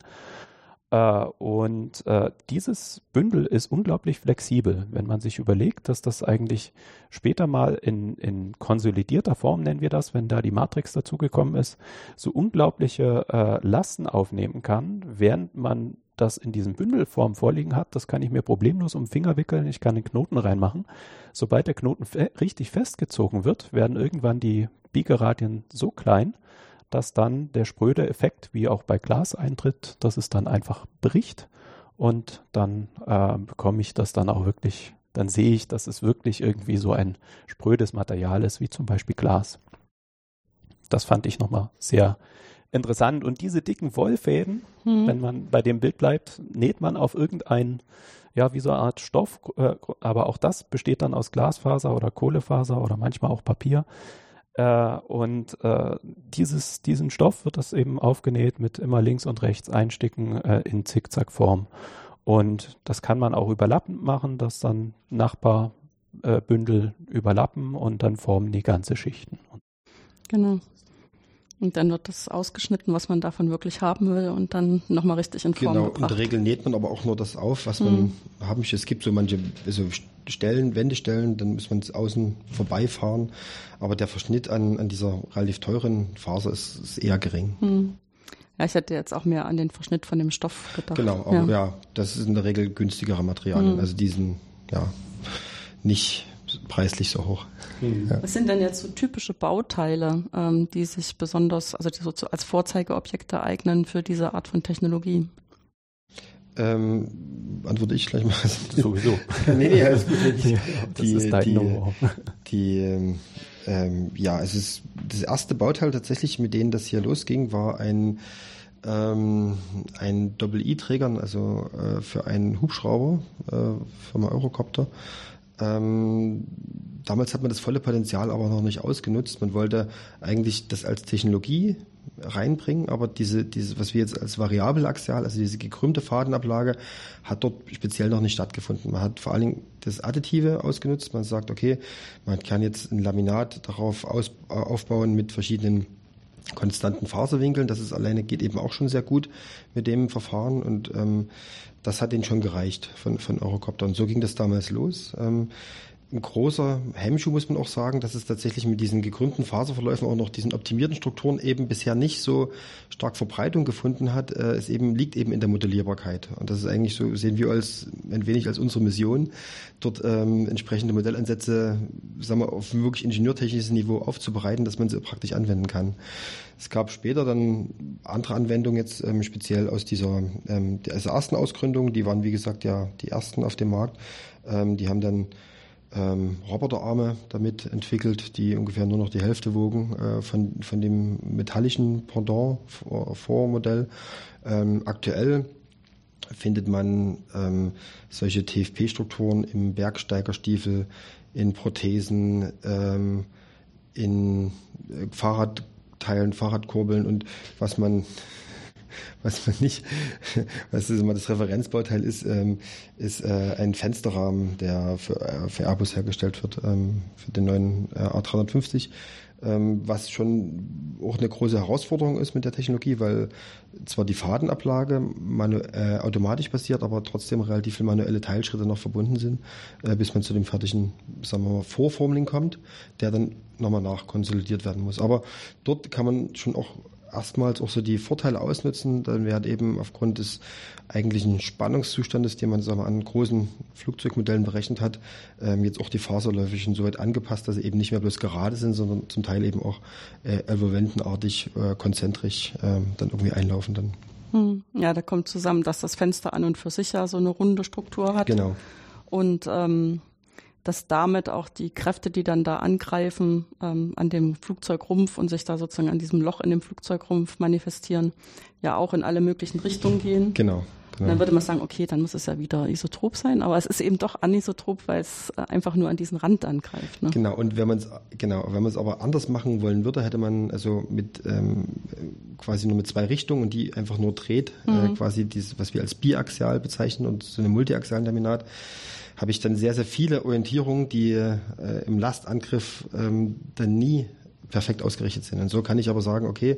Speaker 4: Und dieses Bündel ist unglaublich flexibel, wenn man sich überlegt, dass das eigentlich später mal in konsolidierter Form, nennen wir das, wenn da die Matrix dazugekommen ist, so unglaubliche Lasten aufnehmen kann, während man das in diesem Bündelform vorliegen hat. Das kann ich mir problemlos um den Finger wickeln, ich kann den Knoten reinmachen. Sobald der Knoten richtig festgezogen wird, werden irgendwann die Biegeradien so klein, dass dann der spröde Effekt, wie auch bei Glas eintritt, dass es dann einfach bricht und dann bekomme ich das dann auch wirklich, dann sehe ich, dass es wirklich irgendwie so ein sprödes Material ist, wie zum Beispiel Glas. Das fand ich nochmal sehr interessant. Und diese dicken Wollfäden, wenn man bei dem Bild bleibt, näht man auf irgendein, wie so eine Art Stoff, aber auch das besteht dann aus Glasfaser oder Kohlefaser oder manchmal auch Papier. Und diesen Stoff wird das eben aufgenäht mit immer links und rechts Einsticken in Zickzackform. Und das kann man auch überlappend machen, dass dann Nachbarbündel überlappen und dann formen die ganze Schichten.
Speaker 2: Genau. Und dann wird das ausgeschnitten, was man davon wirklich haben will und dann nochmal richtig in Form gebracht.
Speaker 3: Genau, in der Regel näht man aber auch nur das auf, was man haben möchte. Es gibt so manche Wendestellen, dann muss man es außen vorbeifahren. Aber der Verschnitt an dieser relativ teuren Faser ist eher gering.
Speaker 2: Ja, ich hätte jetzt auch mehr an den Verschnitt von dem Stoff gedacht.
Speaker 3: Genau, aber das ist in der Regel günstigere Materialien. Also die sind nicht preislich so hoch.
Speaker 2: Was sind denn jetzt so typische Bauteile, die sich besonders, also die so als Vorzeigeobjekte eignen für diese Art von Technologie?
Speaker 3: Antworte ich gleich mal.
Speaker 4: Sowieso.
Speaker 3: Nee, alles gut.
Speaker 4: Das ist dein Know-how.
Speaker 3: Es ist das erste Bauteil tatsächlich, mit denen das hier losging, war ein Doppel-I-Träger, also für einen Hubschrauber, Firma Eurocopter. Damals hat man das volle Potenzial aber noch nicht ausgenutzt. Man wollte eigentlich das als Technologie reinbringen, aber diese, was wir jetzt als Variabelaxial, also diese gekrümmte Fadenablage, hat dort speziell noch nicht stattgefunden. Man hat vor allen Dingen das Additive ausgenutzt. Man sagt, okay, man kann jetzt ein Laminat darauf aufbauen mit verschiedenen konstanten Faserwinkeln. Das ist alleine, geht eben auch schon sehr gut mit dem Verfahren und das hat ihnen schon gereicht von Eurocopter. Und so ging das damals los. ein großer Hemmschuh, muss man auch sagen, dass es tatsächlich mit diesen gekrümmten Faserverläufen auch noch diesen optimierten Strukturen eben bisher nicht so stark Verbreitung gefunden hat. Es liegt eben in der Modellierbarkeit. Und das ist eigentlich so, sehen wir ein wenig als unsere Mission, dort entsprechende Modellansätze, sagen wir, auf wirklich ingenieurtechnisches Niveau aufzubereiten, dass man sie praktisch anwenden kann. Es gab später dann andere Anwendungen jetzt speziell aus dieser ersten Ausgründung, die waren wie gesagt ja die ersten auf dem Markt. Die haben dann Roboterarme damit entwickelt, die ungefähr nur noch die Hälfte wogen von dem metallischen Pendant Vormodell. Aktuell findet man solche TFP-Strukturen im Bergsteigerstiefel, in Prothesen, in Fahrradteilen, Fahrradkurbeln und was immer das Referenzbauteil ist, ist ein Fensterrahmen, der für Airbus hergestellt wird, für den neuen A350, was schon auch eine große Herausforderung ist mit der Technologie, weil zwar die Fadenablage automatisch passiert, aber trotzdem relativ viele manuelle Teilschritte noch verbunden sind, bis man zu dem fertigen, sagen wir mal, Vorformling kommt, der dann nochmal nachkonsolidiert werden muss. Aber dort kann man schon auch erstmals auch so die Vorteile ausnutzen. Dann wird eben aufgrund des eigentlichen Spannungszustandes, den man, sagen wir, an großen Flugzeugmodellen berechnet hat, jetzt auch die Faserläufe schon so weit angepasst, dass sie eben nicht mehr bloß gerade sind, sondern zum Teil eben auch elverwentenartig, konzentrisch dann irgendwie einlaufen dann.
Speaker 2: Ja, da kommt zusammen, dass das Fenster an und für sich ja so eine runde Struktur hat.
Speaker 3: Genau.
Speaker 2: Und dass damit auch die Kräfte, die dann da angreifen an dem Flugzeugrumpf und sich da sozusagen an diesem Loch in dem Flugzeugrumpf manifestieren, ja auch in alle möglichen Richtungen gehen.
Speaker 3: Genau.
Speaker 2: Und dann würde man sagen, okay, dann muss es ja wieder isotrop sein, aber es ist eben doch anisotrop, weil es einfach nur an diesen Rand angreift. Ne?
Speaker 3: Genau, und wenn man es aber anders machen wollen würde, hätte man also mit quasi nur mit zwei Richtungen und die einfach nur dreht, quasi dieses, was wir als biaxial bezeichnen und so einem multiaxialen Laminat, habe ich dann sehr, sehr viele Orientierungen, die im Lastangriff dann nie perfekt ausgerichtet sind. Und so kann ich aber sagen, okay,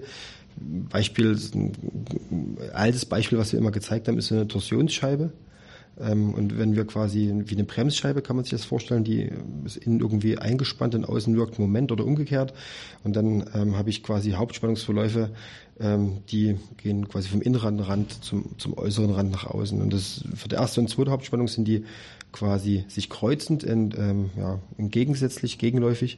Speaker 3: ein altes Beispiel, was wir immer gezeigt haben, ist so eine Torsionsscheibe. Und wenn wir quasi wie eine Bremsscheibe, kann man sich das vorstellen, die ist innen irgendwie eingespannt und außen wirkt Moment oder umgekehrt. Und dann habe ich quasi Hauptspannungsverläufe, die gehen quasi vom inneren Rand zum äußeren Rand nach außen. Und das für die erste und zweite Hauptspannung sind die quasi sich kreuzend und gegensätzlich, gegenläufig.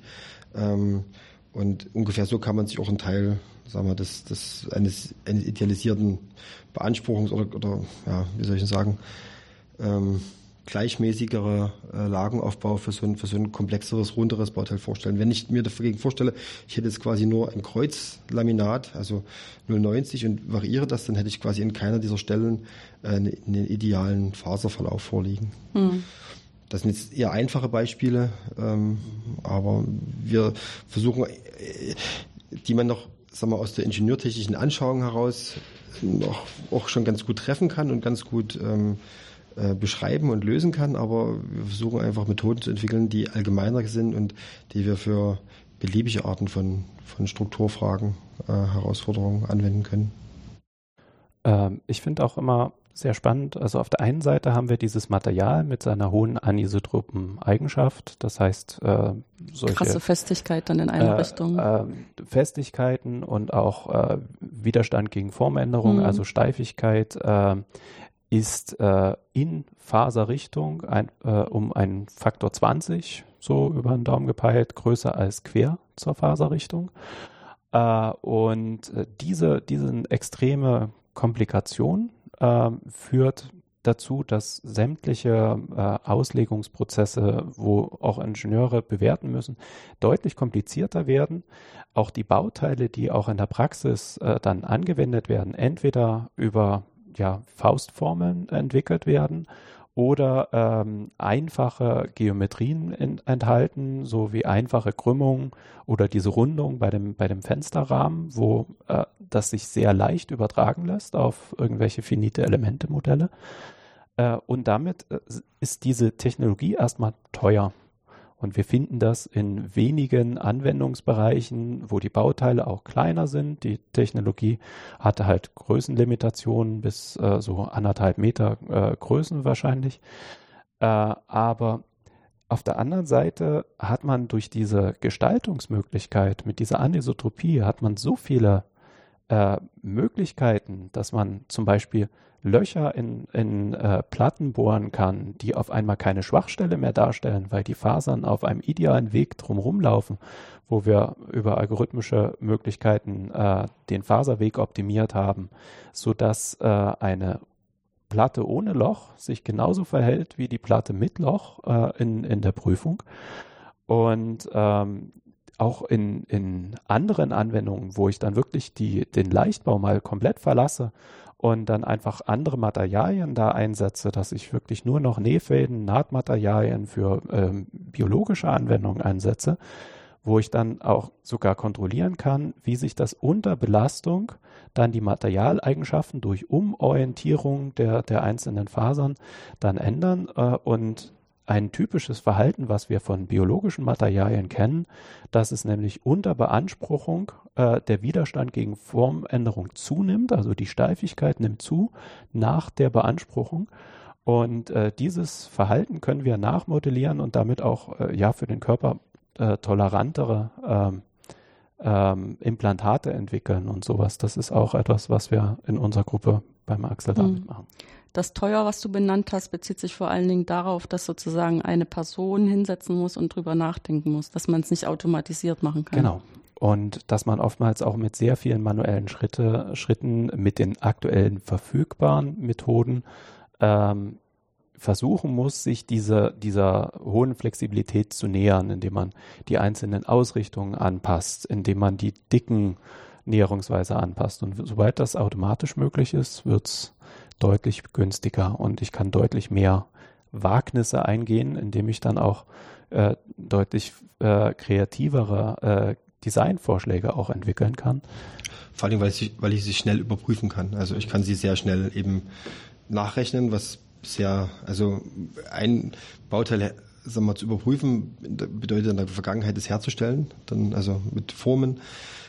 Speaker 3: Und ungefähr so kann man sich auch einen Teil, sagen wir, eines idealisierten Beanspruchungs- oder wie soll ich denn sagen, gleichmäßigere Lagenaufbau für so ein komplexeres, runderes Bauteil vorstellen. Wenn ich mir dagegen vorstelle, ich hätte jetzt quasi nur ein Kreuzlaminat, also 0,90 und variiere das, dann hätte ich quasi in keiner dieser Stellen einen idealen Faserverlauf vorliegen. Das sind jetzt eher einfache Beispiele, aber wir versuchen, die man noch, sagen wir, aus der ingenieurtechnischen Anschauung heraus noch auch schon ganz gut treffen kann und ganz gut beschreiben und lösen kann, aber wir versuchen einfach Methoden zu entwickeln, die allgemeiner sind und die wir für beliebige Arten von Strukturfragen, Herausforderungen anwenden können.
Speaker 4: Ich finde auch immer sehr spannend, also auf der einen Seite haben wir dieses Material mit seiner hohen anisotropen Eigenschaft, das heißt solche
Speaker 2: krasse Festigkeit dann in einer Richtung.
Speaker 4: Festigkeiten und auch Widerstand gegen Formänderungen, also Steifigkeit, ist in Faserrichtung um einen Faktor 20, so über den Daumen gepeilt, größer als quer zur Faserrichtung. Und diese extreme Komplikation führt dazu, dass sämtliche Auslegungsprozesse, wo auch Ingenieure bewerten müssen, deutlich komplizierter werden. Auch die Bauteile, die auch in der Praxis dann angewendet werden, entweder über Faustformeln entwickelt werden oder einfache Geometrien enthalten, so wie einfache Krümmungen oder diese Rundung bei dem Fensterrahmen, wo das sich sehr leicht übertragen lässt auf irgendwelche finite Elemente-Modelle. Und damit ist diese Technologie erstmal teuer. Und wir finden das in wenigen Anwendungsbereichen, wo die Bauteile auch kleiner sind. Die Technologie hatte halt Größenlimitationen bis so 1,5 Meter Größen wahrscheinlich. Aber Auf der anderen Seite hat man durch diese Gestaltungsmöglichkeit, mit dieser Anisotropie, hat man so viele Möglichkeiten, dass man zum Beispiel Löcher in Platten bohren kann, die auf einmal keine Schwachstelle mehr darstellen, weil die Fasern auf einem idealen Weg drumherum laufen, wo wir über algorithmische Möglichkeiten den Faserweg optimiert haben, sodass eine Platte ohne Loch sich genauso verhält wie die Platte mit Loch in der Prüfung. Und auch in anderen Anwendungen, wo ich dann wirklich den Leichtbau mal komplett verlasse und dann einfach andere Materialien da einsetze, dass ich wirklich nur noch Nähfäden, Nahtmaterialien für biologische Anwendungen einsetze, wo ich dann auch sogar kontrollieren kann, wie sich das unter Belastung dann die Materialeigenschaften durch Umorientierung der einzelnen Fasern dann ändern und ein typisches Verhalten, was wir von biologischen Materialien kennen, dass es nämlich unter Beanspruchung der Widerstand gegen Formänderung zunimmt, also die Steifigkeit nimmt zu nach der Beanspruchung. Und dieses Verhalten können wir nachmodellieren und damit auch für den Körper tolerantere Implantate entwickeln und sowas. Das ist auch etwas, was wir in unserer Gruppe beim Axel damit machen.
Speaker 2: Das Teuer, was du benannt hast, bezieht sich vor allen Dingen darauf, dass sozusagen eine Person hinsetzen muss und drüber nachdenken muss, dass man es nicht automatisiert machen kann.
Speaker 4: Genau. Und dass man oftmals auch mit sehr vielen manuellen Schritten mit den aktuellen verfügbaren Methoden versuchen muss, sich dieser hohen Flexibilität zu nähern, indem man die einzelnen Ausrichtungen anpasst, indem man die Dicken näherungsweise anpasst. Und sobald das automatisch möglich ist, wird es deutlich günstiger und ich kann deutlich mehr Wagnisse eingehen, indem ich dann auch deutlich kreativere Designvorschläge auch entwickeln kann.
Speaker 3: Vor allem, weil ich sie schnell überprüfen kann. Also ich kann sie sehr schnell eben nachrechnen, was bisher, also ein Bauteil zu überprüfen, bedeutet in der Vergangenheit es herzustellen, dann also mit Formen,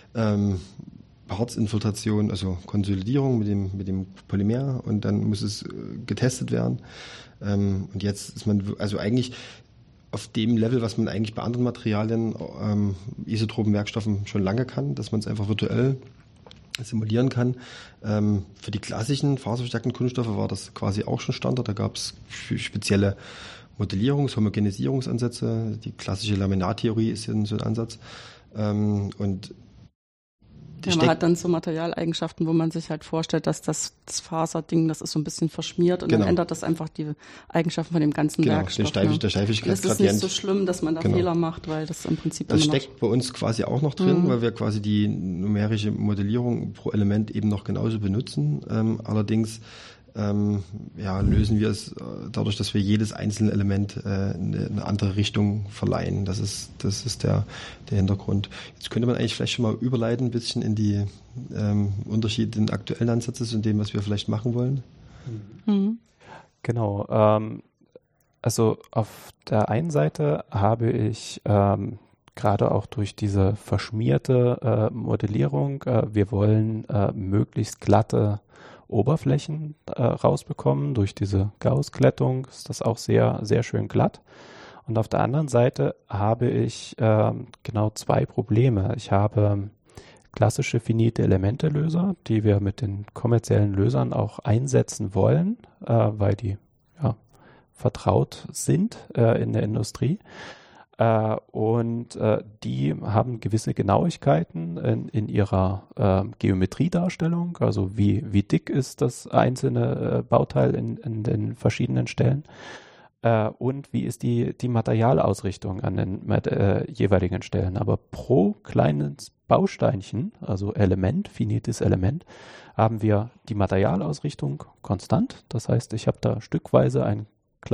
Speaker 3: Harzinfiltration, also Konsolidierung mit dem Polymer und dann muss es getestet werden. Und jetzt ist man also eigentlich auf dem Level, was man eigentlich bei anderen Materialien, isotropen Werkstoffen schon lange kann, dass man es einfach virtuell simulieren kann. Für die klassischen faserverstärkten Kunststoffe war das quasi auch schon Standard. Da gab es spezielle Homogenisierungsansätze. Die klassische Laminattheorie ist hier so ein Ansatz. Und
Speaker 2: man hat dann so Materialeigenschaften, wo man sich halt vorstellt, dass das Faserding, das ist so ein bisschen verschmiert und dann ändert das einfach die Eigenschaften von dem ganzen Werkstoff.
Speaker 3: Der Steifigkeitsgradient.
Speaker 2: Es ist nicht so schlimm, dass man da Fehler macht, weil das im Prinzip
Speaker 3: das steckt bei uns quasi auch noch drin, weil wir quasi die numerische Modellierung pro Element eben noch genauso benutzen. Allerdings lösen wir es dadurch, dass wir jedes einzelne Element eine andere Richtung verleihen. Das ist der Hintergrund. Jetzt könnte man eigentlich vielleicht schon mal überleiten ein bisschen in die Unterschiede in aktuellen Ansätzen und dem, was wir vielleicht machen wollen.
Speaker 4: Genau. Also auf der einen Seite habe ich gerade auch durch diese verschmierte Modellierung, wir wollen möglichst glatte Oberflächen rausbekommen. Durch diese Gauss-Glättung ist das auch sehr, sehr schön glatt. Und auf der anderen Seite habe ich genau zwei Probleme. Ich habe klassische finite Elemente-Löser, die wir mit den kommerziellen Lösern auch einsetzen wollen, weil die vertraut sind in der Industrie. Und die haben gewisse Genauigkeiten in ihrer Geometriedarstellung, also wie dick ist das einzelne Bauteil in den verschiedenen Stellen und wie ist die Materialausrichtung an den jeweiligen Stellen. Aber pro kleines Bausteinchen, also finites Element, haben wir die Materialausrichtung konstant. Das heißt, ich habe da stückweise ein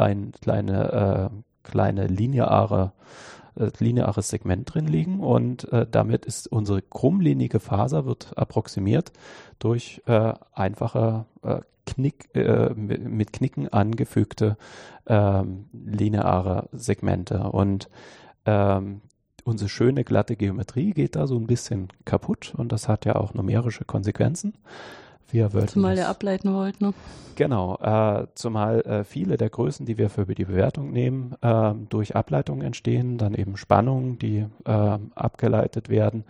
Speaker 4: kleine lineares Segment drin liegen und damit ist unsere krummlinige Faser wird approximiert durch einfache mit Knicken angefügte lineare Segmente und unsere schöne glatte Geometrie geht da so ein bisschen kaputt und das hat ja auch numerische Konsequenzen, Wir wollten
Speaker 2: zumal ihr ableiten wollt, ne?
Speaker 4: Genau, zumal viele der Größen, die wir für die Bewertung nehmen, durch Ableitung entstehen, dann eben Spannungen, die abgeleitet werden,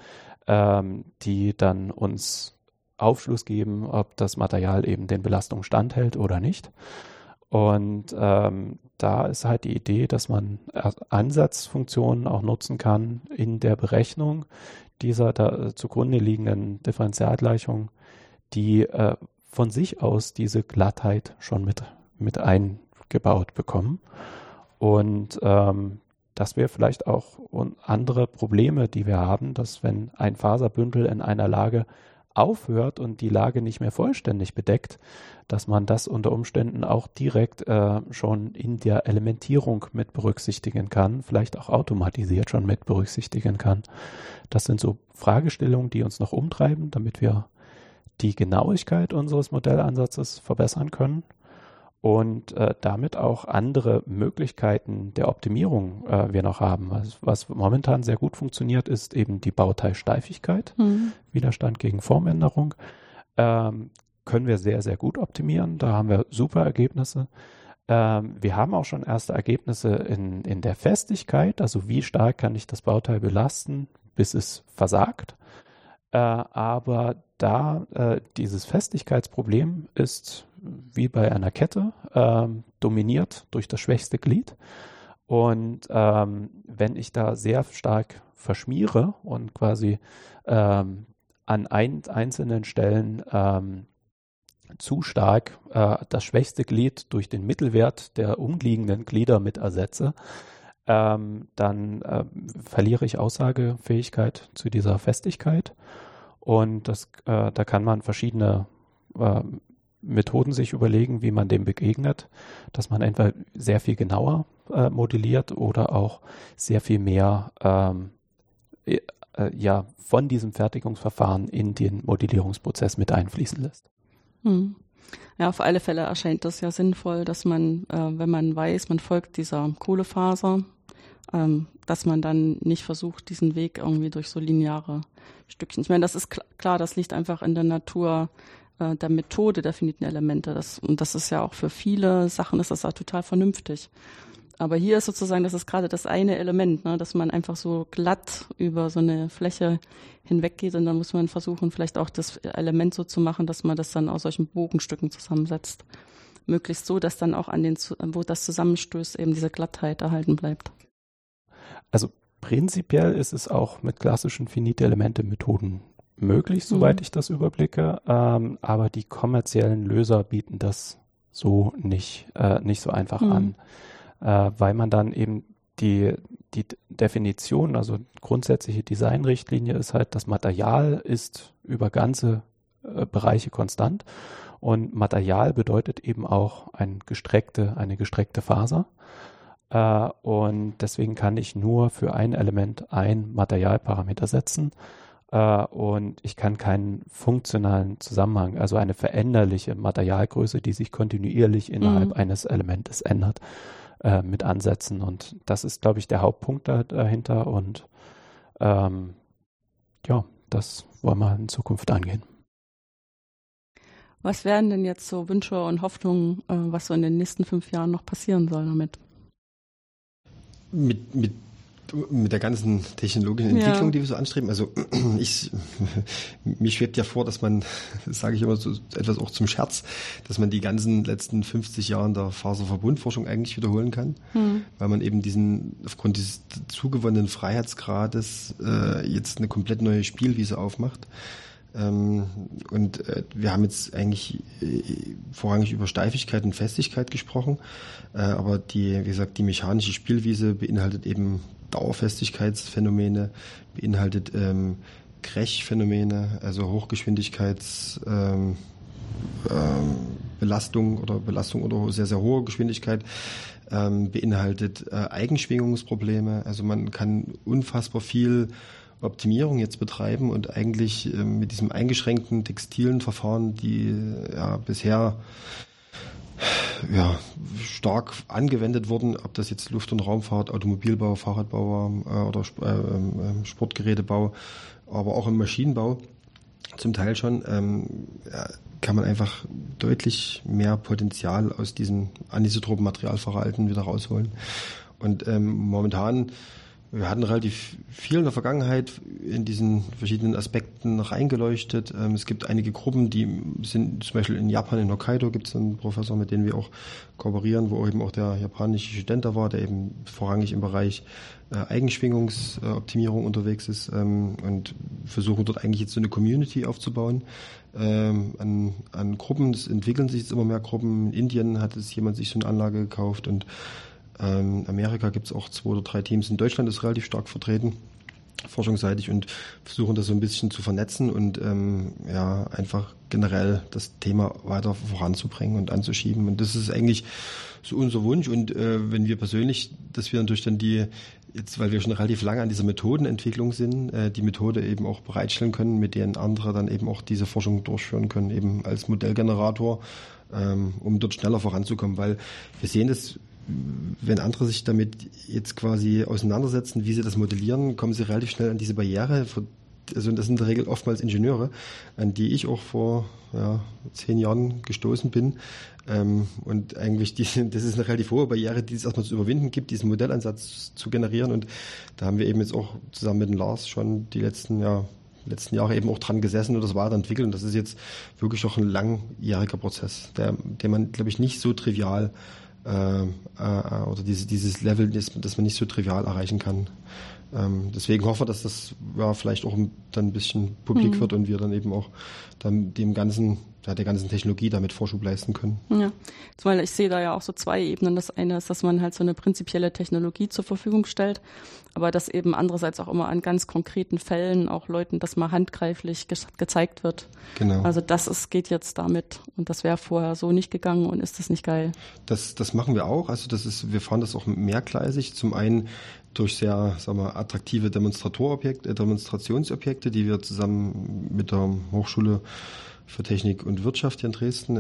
Speaker 4: die dann uns Aufschluss geben, ob das Material eben den Belastungen standhält oder nicht. Und da ist halt die Idee, dass man Ansatzfunktionen auch nutzen kann in der Berechnung dieser zugrunde liegenden Differentialgleichung, die von sich aus diese Glattheit schon mit eingebaut bekommen. Und dass wir vielleicht auch andere Probleme, die wir haben, dass wenn ein Faserbündel in einer Lage aufhört und die Lage nicht mehr vollständig bedeckt, dass man das unter Umständen auch direkt schon in der Elementierung mit berücksichtigen kann, vielleicht auch automatisiert schon mit berücksichtigen kann. Das sind so Fragestellungen, die uns noch umtreiben, damit wir die Genauigkeit unseres Modellansatzes verbessern können und damit auch andere Möglichkeiten der Optimierung wir noch haben. Was momentan sehr gut funktioniert, ist eben die Bauteilsteifigkeit, Widerstand gegen Formänderung. Können wir sehr, sehr gut optimieren. Da haben wir super Ergebnisse. Wir haben auch schon erste Ergebnisse in der Festigkeit, also wie stark kann ich das Bauteil belasten, bis es versagt. Aber da dieses Festigkeitsproblem ist wie bei einer Kette dominiert durch das schwächste Glied. Und wenn ich da sehr stark verschmiere und quasi an einzelnen Stellen zu stark das schwächste Glied durch den Mittelwert der umliegenden Glieder mit ersetze, dann verliere ich Aussagefähigkeit zu dieser Festigkeit. Und da kann man verschiedene Methoden sich überlegen, wie man dem begegnet, dass man entweder sehr viel genauer modelliert oder auch sehr viel mehr von diesem Fertigungsverfahren in den Modellierungsprozess mit einfließen lässt.
Speaker 2: Ja, auf alle Fälle erscheint das ja sinnvoll, dass man, wenn man weiß, man folgt dieser Kohlefaser, dass man dann nicht versucht, diesen Weg irgendwie durch so lineare Stückchen. Ich meine, das ist klar, das liegt einfach in der Natur der Methode der finiten Elemente. Und das ist ja auch für viele Sachen ist das ja total vernünftig. Aber hier ist sozusagen, das ist gerade das eine Element, ne, dass man einfach so glatt über so eine Fläche hinweggeht und dann muss man versuchen, vielleicht auch das Element so zu machen, dass man das dann aus solchen Bogenstücken zusammensetzt. Möglichst so, dass dann auch wo das zusammenstößt, eben diese Glattheit erhalten bleibt.
Speaker 4: Also prinzipiell ist es auch mit klassischen Finite-Elemente-Methoden möglich, soweit ich das überblicke, aber die kommerziellen Löser bieten das so nicht so einfach an, weil man dann eben die Definition, also grundsätzliche Designrichtlinie ist halt, das Material ist über ganze Bereiche konstant und Material bedeutet eben auch eine gestreckte Faser. Und deswegen kann ich nur für ein Element ein Materialparameter setzen und ich kann keinen funktionalen Zusammenhang, also eine veränderliche Materialgröße, die sich kontinuierlich innerhalb eines Elementes ändert, mit ansetzen. Und das ist, glaube ich, der Hauptpunkt dahinter und das wollen wir in Zukunft angehen.
Speaker 2: Was wären denn jetzt so Wünsche und Hoffnungen, was so in den nächsten 5 Jahren noch passieren soll damit?
Speaker 3: Mit der ganzen technologischen Entwicklung, die wir so anstreben. Also mir schwebt ja vor, dass man, das sage ich immer so etwas auch zum Scherz, dass man die ganzen letzten 50 Jahre der Faserverbundforschung eigentlich wiederholen kann, weil man eben aufgrund dieses zugewonnenen Freiheitsgrades jetzt eine komplett neue Spielwiese aufmacht. Und wir haben jetzt eigentlich vorrangig über Steifigkeit und Festigkeit gesprochen, aber wie gesagt, die mechanische Spielwiese beinhaltet eben Dauerfestigkeitsphänomäne, beinhaltet Crech-Phänomene, also Belastung oder sehr, sehr hohe Geschwindigkeit, beinhaltet Eigenschwingungsprobleme, also man kann unfassbar viel Optimierung jetzt betreiben und eigentlich mit diesem eingeschränkten textilen Verfahren, die bisher stark angewendet wurden, ob das jetzt Luft- und Raumfahrt, Automobilbau, Fahrradbau war oder Sportgerätebau, aber auch im Maschinenbau, zum Teil schon, kann man einfach deutlich mehr Potenzial aus diesem anisotropen Materialverhalten wieder rausholen. Und momentan, wir hatten relativ viel in der Vergangenheit in diesen verschiedenen Aspekten reingeleuchtet. Es gibt einige Gruppen, die sind zum Beispiel in Japan, in Hokkaido gibt es einen Professor, mit dem wir auch kooperieren, wo eben auch der japanische Student da war, der eben vorrangig im Bereich Eigenschwingungsoptimierung unterwegs ist und versuchen dort eigentlich jetzt so eine Community aufzubauen an Gruppen. Es entwickeln sich jetzt immer mehr Gruppen. In Indien hat es jemand sich so eine Anlage gekauft und Amerika gibt es auch 2 oder 3 Teams. In Deutschland ist relativ stark vertreten, forschungsseitig, und versuchen das so ein bisschen zu vernetzen und einfach generell das Thema weiter voranzubringen und anzuschieben. Und das ist eigentlich so unser Wunsch. Und wenn wir persönlich, dass wir natürlich dann jetzt, weil wir schon relativ lange an dieser Methodenentwicklung sind, die Methode eben auch bereitstellen können, mit denen andere dann eben auch diese Forschung durchführen können, eben als Modellgenerator, um dort schneller voranzukommen. Weil wir sehen das, wenn andere sich damit jetzt quasi auseinandersetzen, wie sie das modellieren, kommen sie relativ schnell an diese Barriere. Also das sind in der Regel oftmals Ingenieure, an die ich auch vor 10 Jahren gestoßen bin. Und eigentlich das ist eine relativ hohe Barriere, die es erstmal zu überwinden gibt, diesen Modellansatz zu generieren. Und da haben wir eben jetzt auch zusammen mit dem Lars schon die letzten Jahre eben auch dran gesessen und das weiterentwickelt. Und das ist jetzt wirklich auch ein langjähriger Prozess, der man, glaube ich, nicht so trivial oder dieses Level, das man nicht so trivial erreichen kann. Deswegen hoffen wir, dass das vielleicht auch dann ein bisschen publik wird und wir dann eben auch dann der ganzen Technologie damit Vorschub leisten können.
Speaker 2: Ja, weil ich sehe da ja auch so 2 Ebenen. Das eine ist, dass man halt so eine prinzipielle Technologie zur Verfügung stellt, aber dass eben andererseits auch immer an ganz konkreten Fällen auch Leuten das mal handgreiflich gezeigt wird.
Speaker 3: Genau.
Speaker 2: Also geht jetzt damit und das wäre vorher so nicht gegangen und ist das nicht geil?
Speaker 3: Das machen wir auch. Also wir fahren das auch mehrgleisig. Zum einen durch sehr, attraktive Demonstrationsobjekte, die wir zusammen mit der Hochschule für Technik und Wirtschaft hier in Dresden,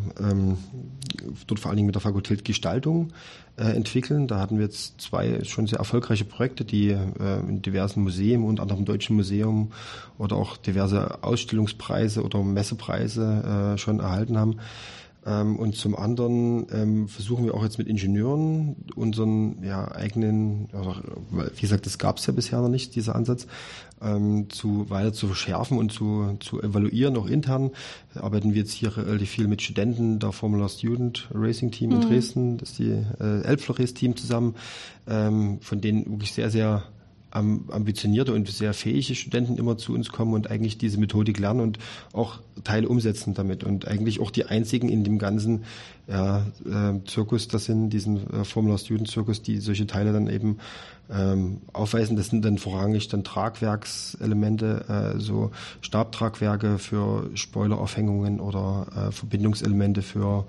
Speaker 3: dort vor allen Dingen mit der Fakultät Gestaltung entwickeln. Da hatten wir jetzt 2 schon sehr erfolgreiche Projekte, die in diversen Museen, unter anderem im Deutschen Museum oder auch diverse Ausstellungspreise oder Messepreise schon erhalten haben. Und zum anderen versuchen wir auch jetzt mit Ingenieuren unseren eigenen, wie gesagt, das gab es ja bisher noch nicht, dieser Ansatz, weiter zu verschärfen und zu evaluieren, auch intern. Arbeiten wir jetzt hier relativ viel mit Studenten der Formula Student Racing Team in Dresden, das ist die Elbflores Team zusammen, von denen wirklich sehr, sehr ambitionierte und sehr fähige Studenten immer zu uns kommen und eigentlich diese Methodik lernen und auch Teile umsetzen damit und eigentlich auch die einzigen in dem ganzen Zirkus, das sind diesen Formula Student Zirkus, die solche Teile dann eben aufweisen. Das sind dann vorrangig dann Tragwerkselemente, so Stabtragwerke für Spoileraufhängungen oder Verbindungselemente für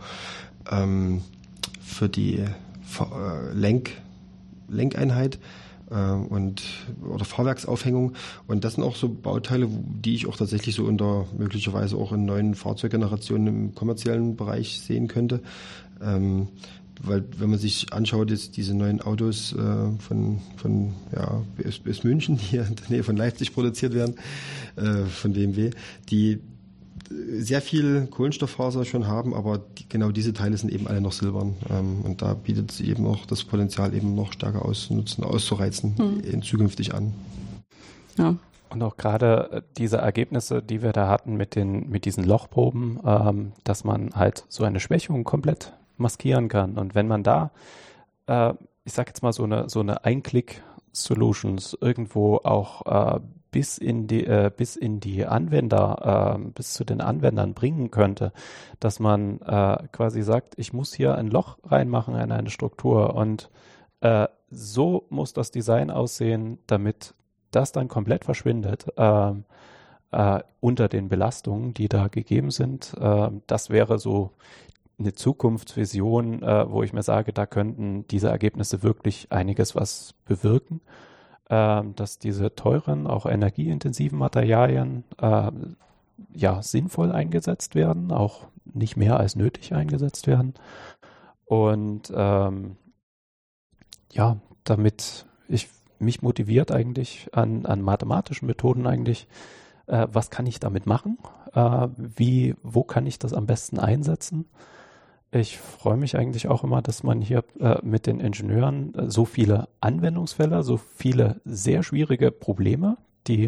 Speaker 3: die Lenkeinheit oder Fahrwerksaufhängung. Und das sind auch so Bauteile, die ich auch tatsächlich so möglicherweise auch in neuen Fahrzeuggenerationen im kommerziellen Bereich sehen könnte. Weil wenn man sich anschaut, jetzt diese neuen Autos bis München, die hier in der Nähe von Leipzig produziert werden, von BMW, die sehr viel Kohlenstofffaser schon haben, aber genau diese Teile sind eben alle noch silbern. Und da bietet sie eben auch das Potenzial eben noch stärker auszureizen, zukünftig an.
Speaker 4: Ja. Und auch gerade diese Ergebnisse, die wir da hatten mit diesen Lochproben, dass man halt so eine Schwächung komplett maskieren kann. Und wenn man da, ich sag jetzt mal so eine Ein-Click-Solutions irgendwo auch bis in die Anwender, bis zu den Anwendern bringen könnte, dass man quasi sagt, ich muss hier ein Loch reinmachen in eine Struktur und so muss das Design aussehen, damit das dann komplett verschwindet unter den Belastungen, die da gegeben sind. Das wäre so eine Zukunftsvision, wo ich mir sage, da könnten diese Ergebnisse wirklich einiges was bewirken. Dass diese teuren, auch energieintensiven Materialien sinnvoll eingesetzt werden, auch nicht mehr als nötig eingesetzt werden. Und damit mich motiviert eigentlich an mathematischen Methoden eigentlich was kann ich damit machen? Wo kann ich das am besten einsetzen? Ich freue mich eigentlich auch immer, dass man hier mit den Ingenieuren so viele Anwendungsfälle, so viele sehr schwierige Probleme, die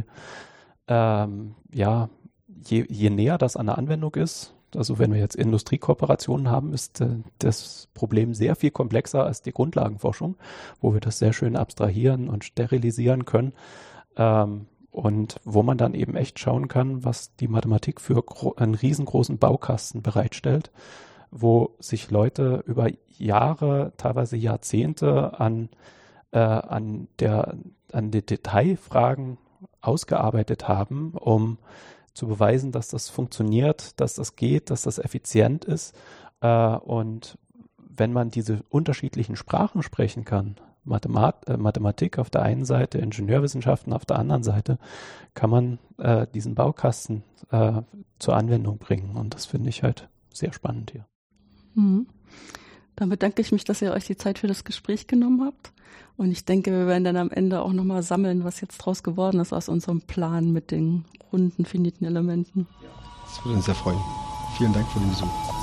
Speaker 4: je näher das an der Anwendung ist, also wenn wir jetzt Industriekooperationen haben, ist das Problem sehr viel komplexer als die Grundlagenforschung, wo wir das sehr schön abstrahieren und sterilisieren können. Und wo man dann eben echt schauen kann, was die Mathematik für einen riesengroßen Baukasten bereitstellt, wo sich Leute über Jahre, teilweise Jahrzehnte an die Detailfragen ausgearbeitet haben, um zu beweisen, dass das funktioniert, dass das geht, dass das effizient ist. Und wenn man diese unterschiedlichen Sprachen sprechen kann, Mathematik auf der einen Seite, Ingenieurwissenschaften auf der anderen Seite, kann man diesen Baukasten zur Anwendung bringen. Und das finde ich halt sehr spannend hier.
Speaker 2: Mhm. Dann bedanke ich mich, dass ihr euch die Zeit für das Gespräch genommen habt. Und ich denke, wir werden dann am Ende auch nochmal sammeln, was jetzt draus geworden ist aus unserem Plan mit den runden, finiten Elementen.
Speaker 3: Das würde uns sehr freuen. Vielen Dank für den Besuch.